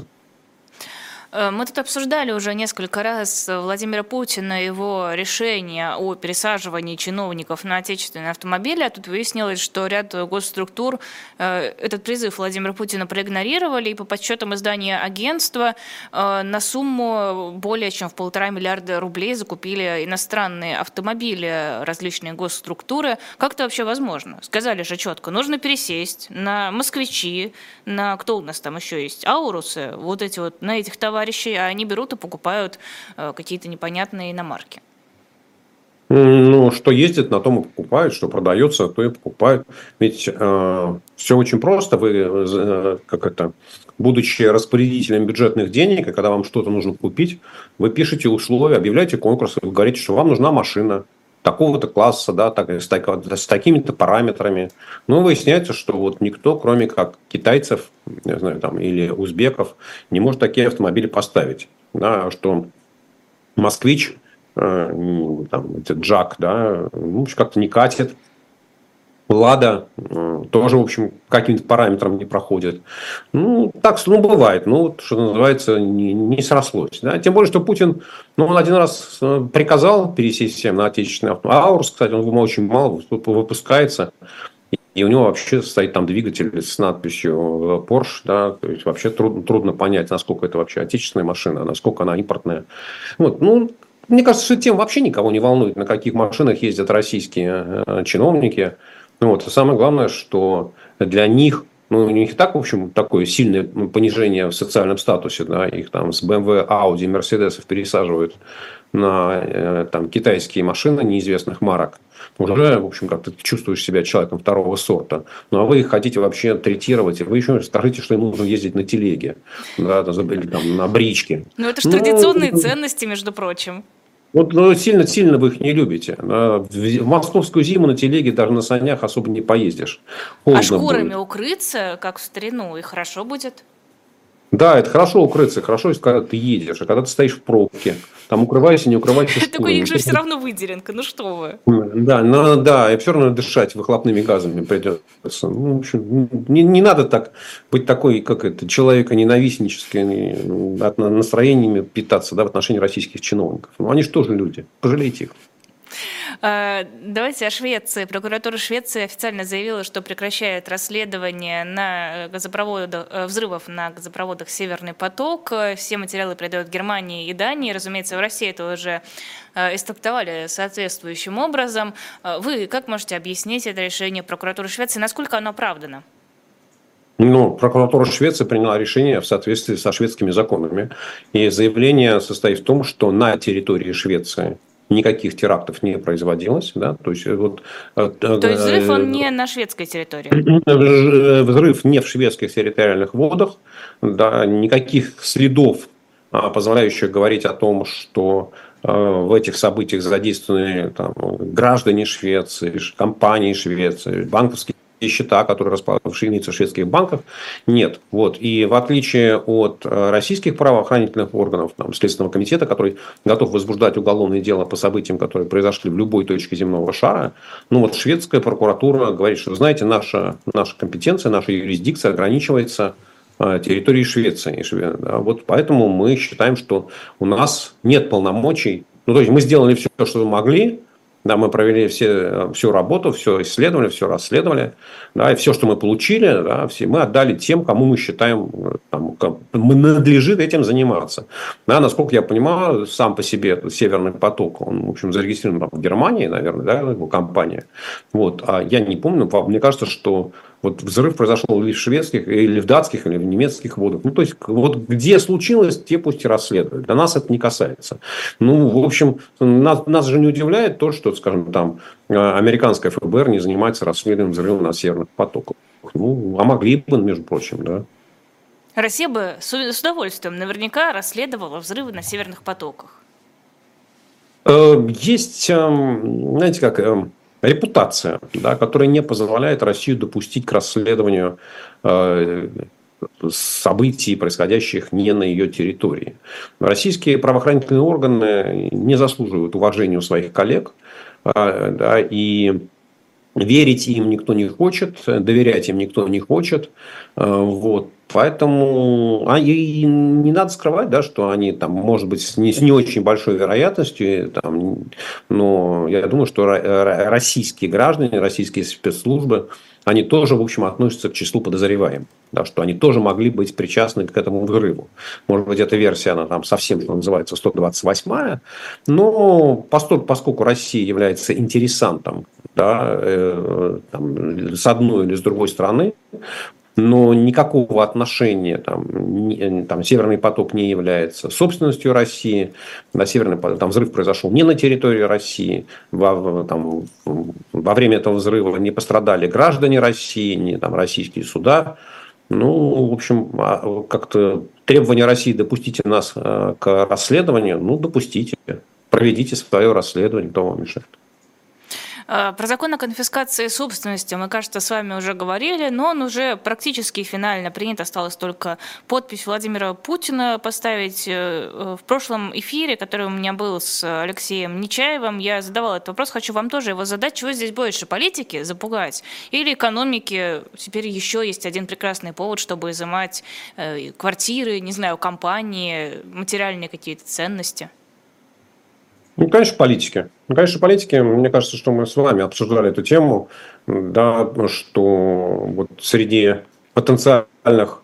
Speaker 2: Мы тут обсуждали уже несколько раз Владимира Путина, его решение о пересаживании чиновников на отечественные автомобили. А тут выяснилось, что ряд госструктур этот призыв Владимира Путина проигнорировали. И по подсчетам издания агентства на сумму более чем в полтора миллиарда рублей закупили иностранные автомобили различные госструктуры. Как это вообще возможно? Сказали же четко, нужно пересесть на москвичи, на кто у нас там еще есть, аурусы, вот эти вот, на этих товарищей, а они берут и покупают э, какие-то непонятные иномарки.
Speaker 3: Ну, что ездит, на том и покупают, что продается, то и покупают. Ведь э, все очень просто. Вы, э, как это, будучи распорядителем бюджетных денег, и когда вам что-то нужно купить, вы пишете условия, объявляете конкурс, вы говорите, что вам нужна машина такого-то класса, да, так, с, так, с такими-то параметрами. Но выясняется, что вот никто, кроме как китайцев, не знаю, там, или узбеков, не может такие автомобили поставить. Да, что москвич, э, там, Джак, да, ну, как-то не катит. Лада э, тоже, в общем, каким-то параметрам не проходит. Ну, так, ну, бывает. Ну, вот, что называется, не, не срослось. Да? Тем более, что Путин, ну, он один раз приказал пересесть всем на отечественный авто. А Аурус, кстати, он очень мало выпускается. И у него вообще стоит там двигатель с надписью Porsche. Да? То есть, вообще трудно, трудно понять, насколько это вообще отечественная машина, насколько она импортная. Вот, ну, мне кажется, что тем вообще никого не волнует, на каких машинах ездят российские э, чиновники. Вот. И самое главное, что для них, ну, у них и так, в общем, такое сильное понижение в социальном статусе, да, их там с бэ эм вэ, Audi, Mercedes пересаживают на э, там, китайские машины неизвестных марок. Уже, в общем, как-то ты чувствуешь себя человеком второго сорта. Ну, а вы их хотите вообще третировать, и вы еще скажите, что им нужно ездить на телеге, да, или там, на бричке.
Speaker 2: Ну, это же традиционные ну, ценности, между прочим.
Speaker 3: Вот ну, сильно-сильно вы их не любите. В московскую зиму на телеге даже на санях особо не поездишь.
Speaker 2: Холодно а шкурами будет. Укрыться, как в старину, и хорошо будет?
Speaker 3: Да, это хорошо укрыться, хорошо, когда ты едешь, а когда ты стоишь в пробке, там укрывайся, не укрывайся шкурами.
Speaker 2: Так у них же все равно выделенка, ну что вы.
Speaker 3: Да, ну, да, и все равно дышать выхлопными газами придется. Ну, в общем, не, не надо так быть такой, как это, человеконенавистническим от настроениями питаться, да, в отношении российских чиновников. Ну, они же тоже люди, пожалейте их.
Speaker 2: Давайте о Швеции. Прокуратура Швеции официально заявила, что прекращает расследование на газопроводах, взрывов на газопроводах «Северный поток». Все материалы передают Германии и Дании. Разумеется, в России это уже истолковали соответствующим образом. Вы как можете объяснить это решение прокуратуры Швеции? Насколько оно оправдано?
Speaker 3: Ну, прокуратура Швеции приняла решение в соответствии со шведскими законами. И заявление состоит в том, что на территории Швеции никаких терактов не производилось. Да? То есть, вот,
Speaker 2: То есть взрыв, он не на шведской территории?
Speaker 3: Взрыв не в шведских территориальных водах. Да, никаких следов, позволяющих говорить о том, что в этих событиях задействованы там, граждане Швеции, компании Швеции, банковские счета, которые располагаются в шведских банках, нет. Вот. И в отличие от российских правоохранительных органов, там, Следственного комитета, который готов возбуждать уголовное дело по событиям, которые произошли в любой точке земного шара, ну вот шведская прокуратура говорит, что, знаете, наша, наша компетенция, наша юрисдикция ограничивается территорией Швеции. Да, вот поэтому мы считаем, что у нас нет полномочий. Ну, то есть мы сделали все, что могли. Да, мы провели все, всю работу, все исследовали, все расследовали. Да, и все, что мы получили, да, все, мы отдали тем, кому мы считаем, там, мы надлежит этим заниматься. Да, насколько я понимаю, сам по себе этот Северный поток, он, в общем, зарегистрирован там, в Германии, наверное, да, его компания. Вот, а я не помню, мне кажется, что вот взрыв произошел или в шведских, или в датских, или в немецких водах. Ну, то есть, вот где случилось, те пусть и расследуют. До нас это не касается. Ну, в общем, нас, нас же не удивляет то, что, скажем, там, американское эф бэ эр не занимается расследованием взрыва на северных потоках. Ну, а могли бы, между прочим, да.
Speaker 2: Россия бы с удовольствием наверняка расследовала взрывы на северных потоках.
Speaker 3: Есть, знаете, как... репутация, да, которая не позволяет Россию допустить к расследованию э, событий, происходящих не на ее территории. Российские правоохранительные органы не заслуживают уважения у своих коллег, э, да, и верить им никто не хочет, доверять им никто не хочет. Э, вот. Поэтому а и не надо скрывать, да, что они там, может быть, с не, с не очень большой вероятностью, там, но я думаю, что российские граждане, российские спецслужбы, они тоже, в общем, относятся к числу подозреваемых, да, что они тоже могли быть причастны к этому взрыву. Может быть, эта версия, она там совсем, что называется, сто двадцать восьмая, но поскольку Россия является интересантом, да, э, там, с одной или с другой стороны, но никакого отношения там, не, там, Северный поток не является собственностью России. На Северный поток, там взрыв произошел не на территории России. Во, там, во время этого взрыва не пострадали граждане России, не там, российские суда. Ну, в общем, как-то требование России: допустите нас к расследованию, ну, допустите. Проведите свое расследование, кто вам мешает.
Speaker 2: Про закон о конфискации собственности мы, кажется, с вами уже говорили, но он уже практически финально принят. Осталось только подпись Владимира Путина поставить. В прошлом эфире, который у меня был с Алексеем Нечаевым, я задавала этот вопрос, хочу вам тоже его задать. Чего здесь больше, политики запугать или экономики? Теперь еще есть один прекрасный повод, чтобы изымать квартиры, не знаю, компании, материальные какие-то ценности.
Speaker 3: Ну, конечно, политики. Ну, конечно, политики. Мне кажется, что мы с вами обсуждали эту тему, да, что вот среди потенциальных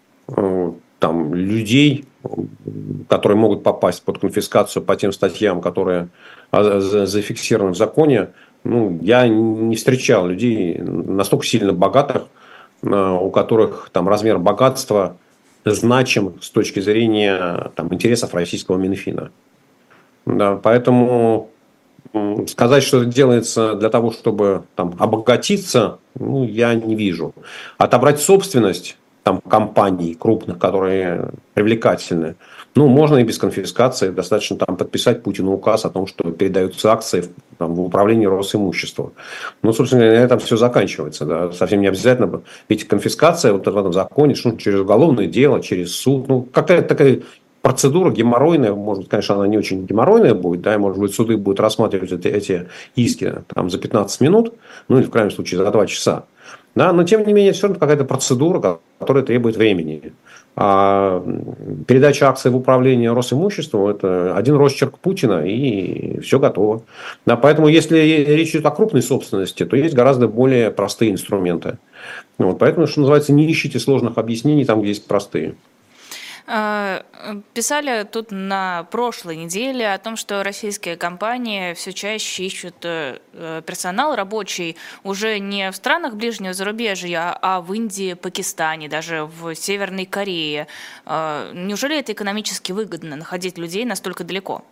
Speaker 3: там, людей, которые могут попасть под конфискацию по тем статьям, которые зафиксированы в законе, ну, я не встречал людей настолько сильно богатых, у которых там размер богатства значим с точки зрения там, интересов российского Минфина. Да, поэтому сказать, что это делается для того, чтобы там, обогатиться, ну, я не вижу. Отобрать собственность там, компаний крупных, которые привлекательны, ну, можно и без конфискации. Достаточно там, подписать Путину указ о том, что передаются акции там, в управлении Росимущества. Ну, собственно, на этом все заканчивается. Да. Совсем не обязательно. Ведь конфискация вот в этом законе, что через уголовное дело, через суд, ну, какая-то такая... процедура геморройная, может быть, конечно, она не очень геморройная будет, да, и, может быть, суды будут рассматривать эти, эти иски там, за пятнадцать минут, ну, или, в крайнем случае, за два часа. Да, но, тем не менее, все равно какая-то процедура, которая требует времени. А передача акций в управление Росимуществом – это один росчерк Путина, и все готово. Да, поэтому, если речь идет о крупной собственности, то есть гораздо более простые инструменты. Вот, поэтому, что называется, не ищите сложных объяснений там, где есть простые.
Speaker 2: А, Писали тут на прошлой неделе о том, что российские компании все чаще ищут э, персонал рабочий уже не в странах ближнего зарубежья, а в Индии, Пакистане, даже в Северной Корее. А, Неужели это экономически выгодно находить людей настолько далеко?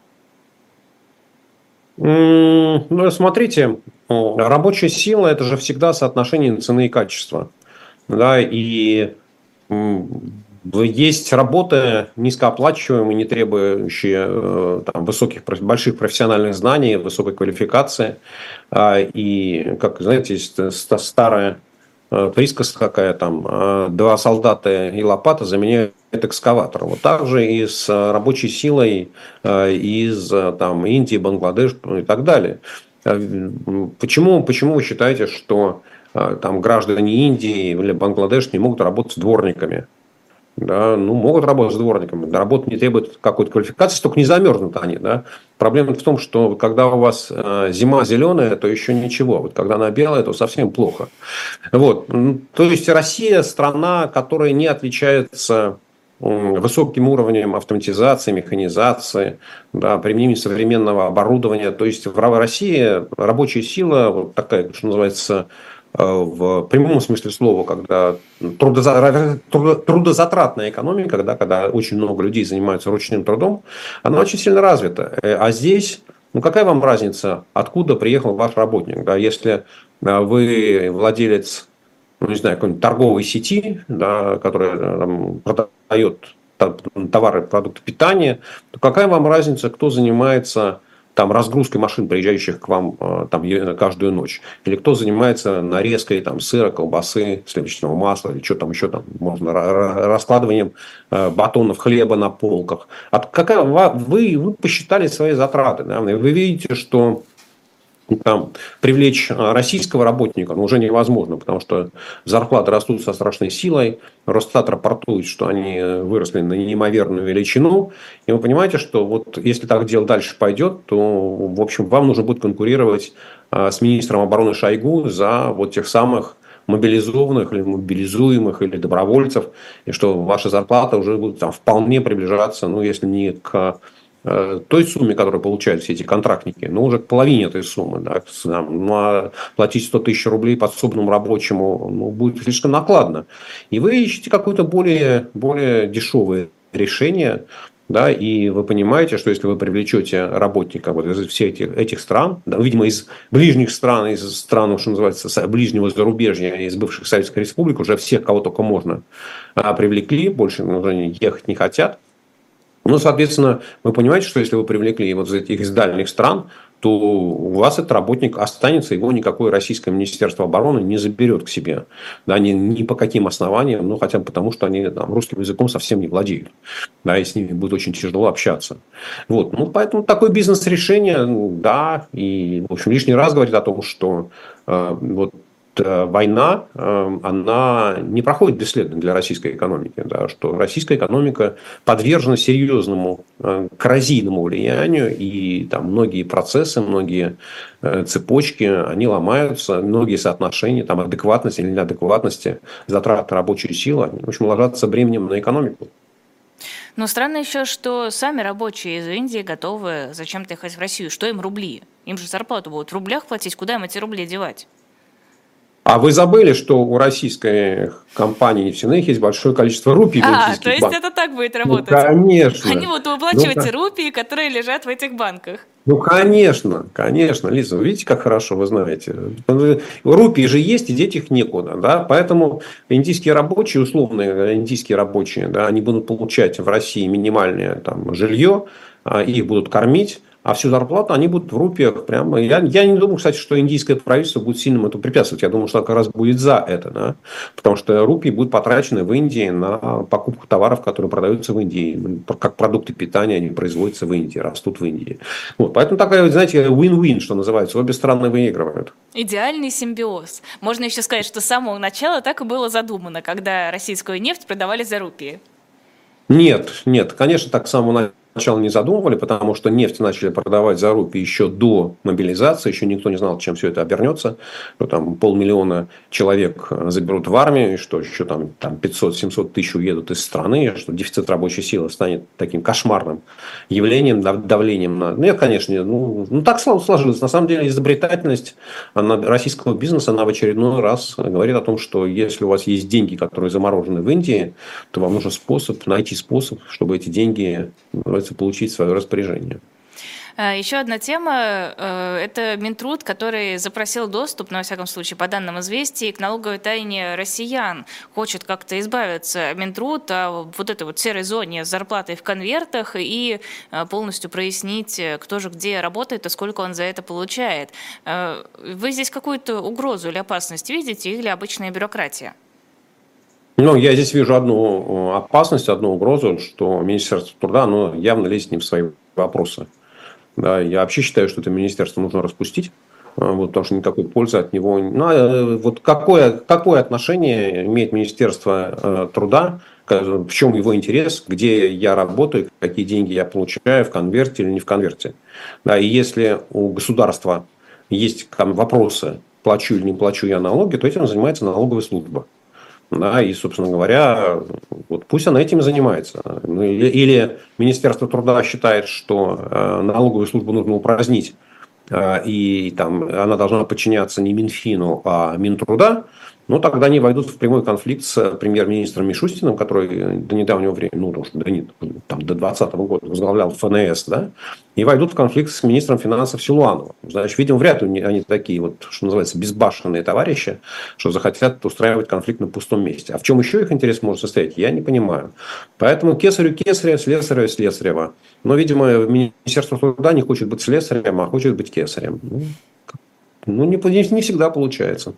Speaker 3: М, Ну, смотрите, о, рабочая сила – это же всегда соотношение цены и качества. Да, и м, в- есть работы низкооплачиваемые, не требующие э, там, высоких, проф- больших профессиональных знаний, высокой квалификации. А, И, как знаете, есть ста- старая э, присказка такая, там, э, два солдата и лопата заменяют экскаватор. Вот так же и с э, рабочей силой э, из э, там, Индии, Бангладеш ну, и так далее. Э, м, Почему, почему вы считаете, что э, там граждане Индии или Бангладеш не могут работать дворниками? Да, ну, могут работать с дворниками. Да, работа не требует какой-то квалификации, только не замерзнут они. Да. Проблема в том, что когда у вас э, зима зеленая, то еще ничего. Вот когда она белая, то совсем плохо. Вот. То есть Россия страна, которая не отличается высоким уровнем автоматизации, механизации, да, применения современного оборудования. То есть в России рабочая сила, вот такая, что называется, в прямом смысле слова, когда трудозатратная экономика, да, когда очень много людей занимаются ручным трудом, она очень сильно развита. А здесь, ну какая вам разница, откуда приехал ваш работник? Да, если вы владелец, ну, не знаю, какой-нибудь торговой сети, да, которая там, продает товары, продукты питания, то какая вам разница, кто занимается там разгрузкой машин, приезжающих к вам там, каждую ночь, или кто занимается нарезкой там, сыра, колбасы, сливочного масла, или что там еще там можно, раскладыванием батонов хлеба на полках. От, какая, вы, вы посчитали свои затраты, да? Вы видите, что там, привлечь российского работника ну, уже невозможно, потому что зарплаты растут со страшной силой. Росстат рапортует, что они выросли на неимоверную величину. И вы понимаете, что вот если так дело дальше пойдет, то, в общем, вам нужно будет конкурировать с министром обороны Шойгу за вот тех самых мобилизованных или мобилизуемых или добровольцев, и что ваша зарплата уже будет там, вполне приближаться, ну, если не к той сумме, которую получают все эти контрактники, но уже к половине этой суммы. Да, ну, а платить сто тысяч рублей подсобному рабочему ну, будет слишком накладно. И вы ищете какое-то более, более дешевое решение. Да, и вы понимаете, что если вы привлечете работника вот из всех этих, этих стран, да, видимо, из ближних стран, из стран, что называется, ближнего зарубежья, из бывших Советских Республик, уже всех, кого только можно, привлекли, больше уже ехать не хотят. Ну, соответственно, вы понимаете, что если вы привлекли вот из этих из дальних стран, то у вас этот работник останется, его никакое российское министерство обороны не заберет к себе. Да, ни, ни по каким основаниям, ну, хотя бы потому, что они там, русским языком совсем не владеют. Да, и с ними будет очень тяжело общаться. Вот. Ну, поэтому такое бизнес-решение, да, и, в общем, лишний раз говорит о том, что э, вот война, она не проходит бесследно для российской экономики. Да, что российская экономика подвержена серьезному коррозийному влиянию, и там многие процессы, многие цепочки, они ломаются, многие соотношения, там, адекватности или неадекватности затрат рабочей силы, они, в общем, ложатся бременем на экономику.
Speaker 2: Но странно еще, что сами рабочие из Индии готовы зачем-то ехать в Россию. Что им рубли? Им же зарплату будут в рублях платить, куда им эти рубли девать?
Speaker 3: А вы забыли, что у российской компании нефтяных есть большое количество рупий в
Speaker 2: А,
Speaker 3: индийских
Speaker 2: то есть
Speaker 3: банках?
Speaker 2: это так будет работать?
Speaker 3: Ну, конечно.
Speaker 2: Они будут выплачивать
Speaker 3: ну,
Speaker 2: рупии, которые лежат в этих банках.
Speaker 3: Ну, конечно, конечно, Лиза, вы видите, как хорошо вы знаете. Рупии же есть, и деть их некуда. Да? Поэтому индийские рабочие, условные индийские рабочие, да, они будут получать в России минимальное там, жилье, их будут кормить, а всю зарплату они будут в рупиях прямо. Я, я не думаю, кстати, что индийское правительство будет сильно этому препятствовать. Я думаю, что как раз будет за это. Да? Потому что рупии будут потрачены в Индии на покупку товаров, которые продаются в Индии. Как продукты питания, они производятся в Индии, растут в Индии. Вот. Поэтому такая, знаете, win-win, что называется. Обе стороны выигрывают.
Speaker 2: Идеальный симбиоз. Можно еще сказать, что с самого начала так и было задумано, когда российскую нефть продавали за рупии.
Speaker 3: Нет, нет, конечно, так с самого поначалу не задумывали, потому что нефть начали продавать за рупии еще до мобилизации, еще никто не знал, чем все это обернется, что там полмиллиона человек заберут в армию, и что еще там, там пятьсот-семьсот тысяч уедут из страны, что дефицит рабочей силы станет таким кошмарным явлением, давлением на... Нет, конечно, ну, ну так сложилось. На самом деле изобретательность она, российского бизнеса, она в очередной раз говорит о том, что если у вас есть деньги, которые заморожены в Индии, то вам нужен способ, найти способ, чтобы эти деньги, называется, получить в свое распоряжение.
Speaker 2: Еще одна тема – это Минтруд, который запросил доступ, ну, во всяком случае, по данным «Известий», к налоговой тайне россиян. Хочет как-то избавиться Минтруд от вот этой вот серой зоне с зарплатой в конвертах и полностью прояснить, кто же где работает и сколько он за это получает. Вы здесь какую-то угрозу или опасность видите, или обычная бюрократия?
Speaker 3: Ну, я здесь вижу одну опасность, одну угрозу, что Министерство труда, оно явно лезет не в свои вопросы. Да, я вообще считаю, что это министерство нужно распустить, вот, потому что никакой пользы от него. Ну, а вот какое, какое отношение имеет Министерство э, труда, в чем его интерес, где я работаю, какие деньги я получаю, в конверте или не в конверте. Да, и если у государства есть вопросы, плачу или не плачу я налоги, то этим занимается налоговая служба. Да, и, собственно говоря, вот пусть она этим и занимается. Или, или Министерство труда считает, что э, налоговую службу нужно упразднить, э, и там, она должна подчиняться не Минфину, а Минтруда, ну, тогда они войдут в прямой конфликт с премьер-министром Мишустиным, который до недавнего времени, ну, да нет, там, до двадцатого года возглавлял эф эн эс, да, и войдут в конфликт с министром финансов Силуановым. Значит, видимо, вряд ли они такие, вот, что называется, безбашенные товарищи, что захотят устраивать конфликт на пустом месте. А в чем еще их интерес может состоять, я не понимаю. Поэтому кесарю кесаря, слесарю слесарева. Но, видимо, Министерство труда не хочет быть слесарем, а хочет быть кесарем. Ну, не, не всегда получается.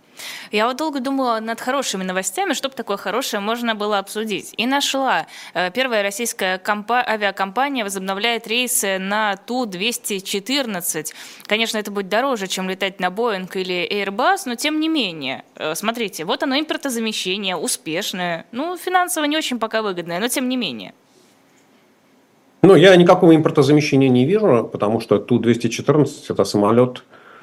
Speaker 2: Я вот долго думала над хорошими новостями, чтобы такое хорошее можно было обсудить. И нашла. Первая российская компа- авиакомпания возобновляет рейсы на Ту двести четырнадцать. Конечно, это будет дороже, чем летать на Боинг или Airbus, но тем не менее. Смотрите, вот оно, импортозамещение, успешное. Ну, финансово не очень пока выгодное, но тем не менее.
Speaker 3: Ну, я никакого импортозамещения не вижу, потому что Ту двести четырнадцать это самолет,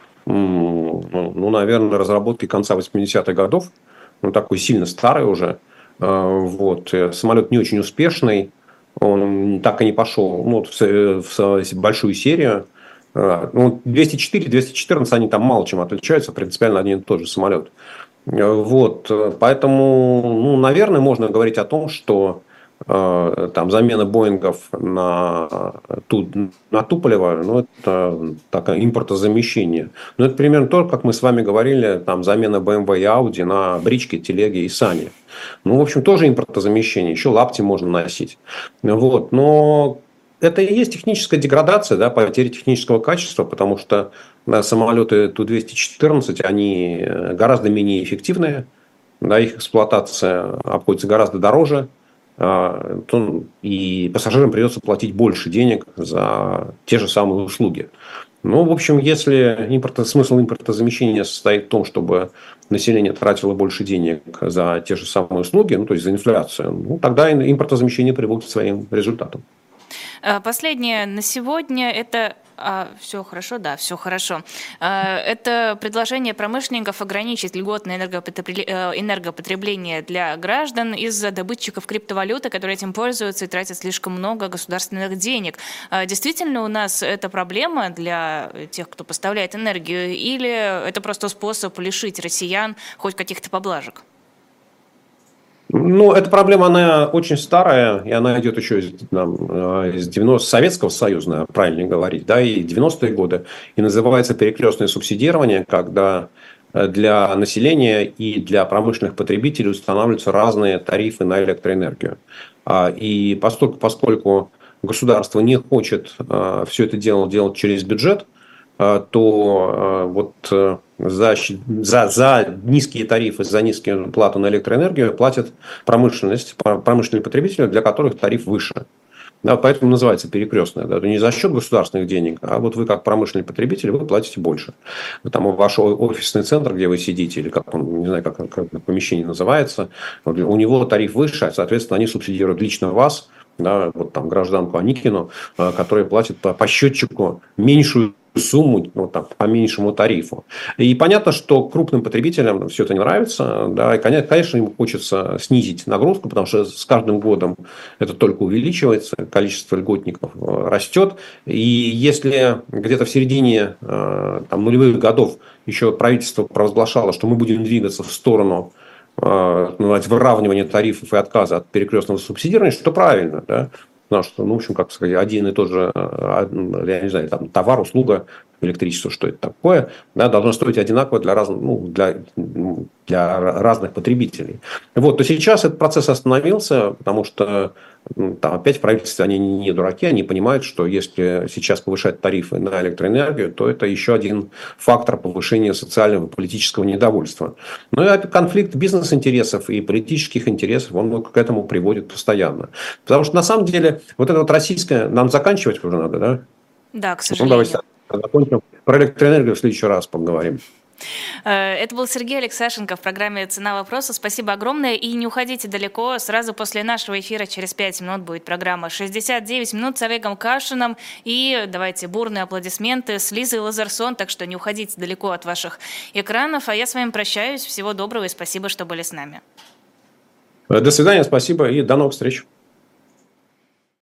Speaker 3: ну, наверное, разработки конца восьмидесятых годов. Он такой сильно старый уже. Вот. Самолет не очень успешный. Он так и не пошел, ну, в, в большую серию. Ну, двести четыре, двести четырнадцать, они там мало чем отличаются. Принципиально один и тот же самолет. Вот. Поэтому, ну, наверное, можно говорить о том, что там замена Боингов на, ту, на Туполева, ну, это такое импортозамещение. Но это примерно то, как мы с вами говорили, там замена бэ эм вэ и Audi на брички, телеги и сани. Ну, в общем, тоже импортозамещение. Еще лапти можно носить. Вот. Но это и есть техническая деградация, да, потеря технического качества, потому что да, самолеты Ту двести четырнадцать, они гораздо менее эффективные, да, их эксплуатация обходится гораздо дороже. И пассажирам придется платить больше денег за те же самые услуги. Ну, в общем, если импорт, смысл импортозамещения состоит в том, чтобы население тратило больше денег за те же самые услуги, ну, то есть за инфляцию, ну, тогда импортозамещение приводит к своим результатам.
Speaker 2: Последнее на сегодня – это… А, все хорошо, да, все хорошо. А, это предложение промышленников ограничить льготное энергопотребление для граждан из-за добытчиков криптовалюты, которые этим пользуются и тратят слишком много государственных денег. А, действительно у нас это проблема для тех, кто поставляет энергию, или это просто способ лишить россиян хоть каких-то поблажек?
Speaker 3: Ну, эта проблема, она очень старая, и она идет еще из, из девяностых, Советского Союза, правильно говорить, да, и девяностые годы, и называется перекрестное субсидирование, когда для населения и для промышленных потребителей устанавливаются разные тарифы на электроэнергию. И поскольку, поскольку государство не хочет все это дело делать через бюджет, то вот за, за, за низкие тарифы, за низкие платы на электроэнергию платят промышленность, промышленные потребители, для которых тариф выше. Да, поэтому называется перекрестное. Да, это не за счет государственных денег, а вот вы как промышленный потребитель, вы платите больше. Там ваш офисный центр, где вы сидите, или как он, не знаю, как, как помещение называется, у него тариф выше, соответственно, они субсидируют лично вас да, вот там гражданку Аникину, которая платит по, по счетчику меньшую сумму, ну, там, по меньшему тарифу. И понятно, что крупным потребителям все это не нравится. Да, и, конечно, им хочется снизить нагрузку, потому что с каждым годом это только увеличивается, количество льготников растет. И если где-то в середине там, нулевых годов еще правительство провозглашало, что мы будем двигаться в сторону выравнивания тарифов и отказа от перекрестного субсидирования, что правильно, да? Потому что, ну, в общем, как сказать, один и тот же, я не знаю, там, товар, услуга, электричество, что это такое, да, должно стоить одинаково для, раз, ну, для, для разных потребителей. Вот, то сейчас этот процесс остановился, потому что там, опять в правительстве они не дураки, они понимают, что если сейчас повышать тарифы на электроэнергию, то это еще один фактор повышения социального и политического недовольства. Ну и конфликт бизнес-интересов и политических интересов, он к этому приводит постоянно. Потому что на самом деле вот это вот российское, нам заканчивать уже надо, да?
Speaker 2: Да, к сожалению.
Speaker 3: Ну, давайте закончим. Про электроэнергию в следующий раз поговорим.
Speaker 2: Это был Сергей Алексашенко в программе «Цена вопроса». Спасибо огромное. И не уходите далеко. Сразу после нашего эфира через пять минут будет программа «шестьдесят девять минут» с Олегом Кашиным. И давайте бурные аплодисменты с Лизой Лазерсон. Так что не уходите далеко от ваших экранов. А я с вами прощаюсь. Всего доброго и спасибо, что были с нами.
Speaker 3: До свидания, спасибо и до новых встреч.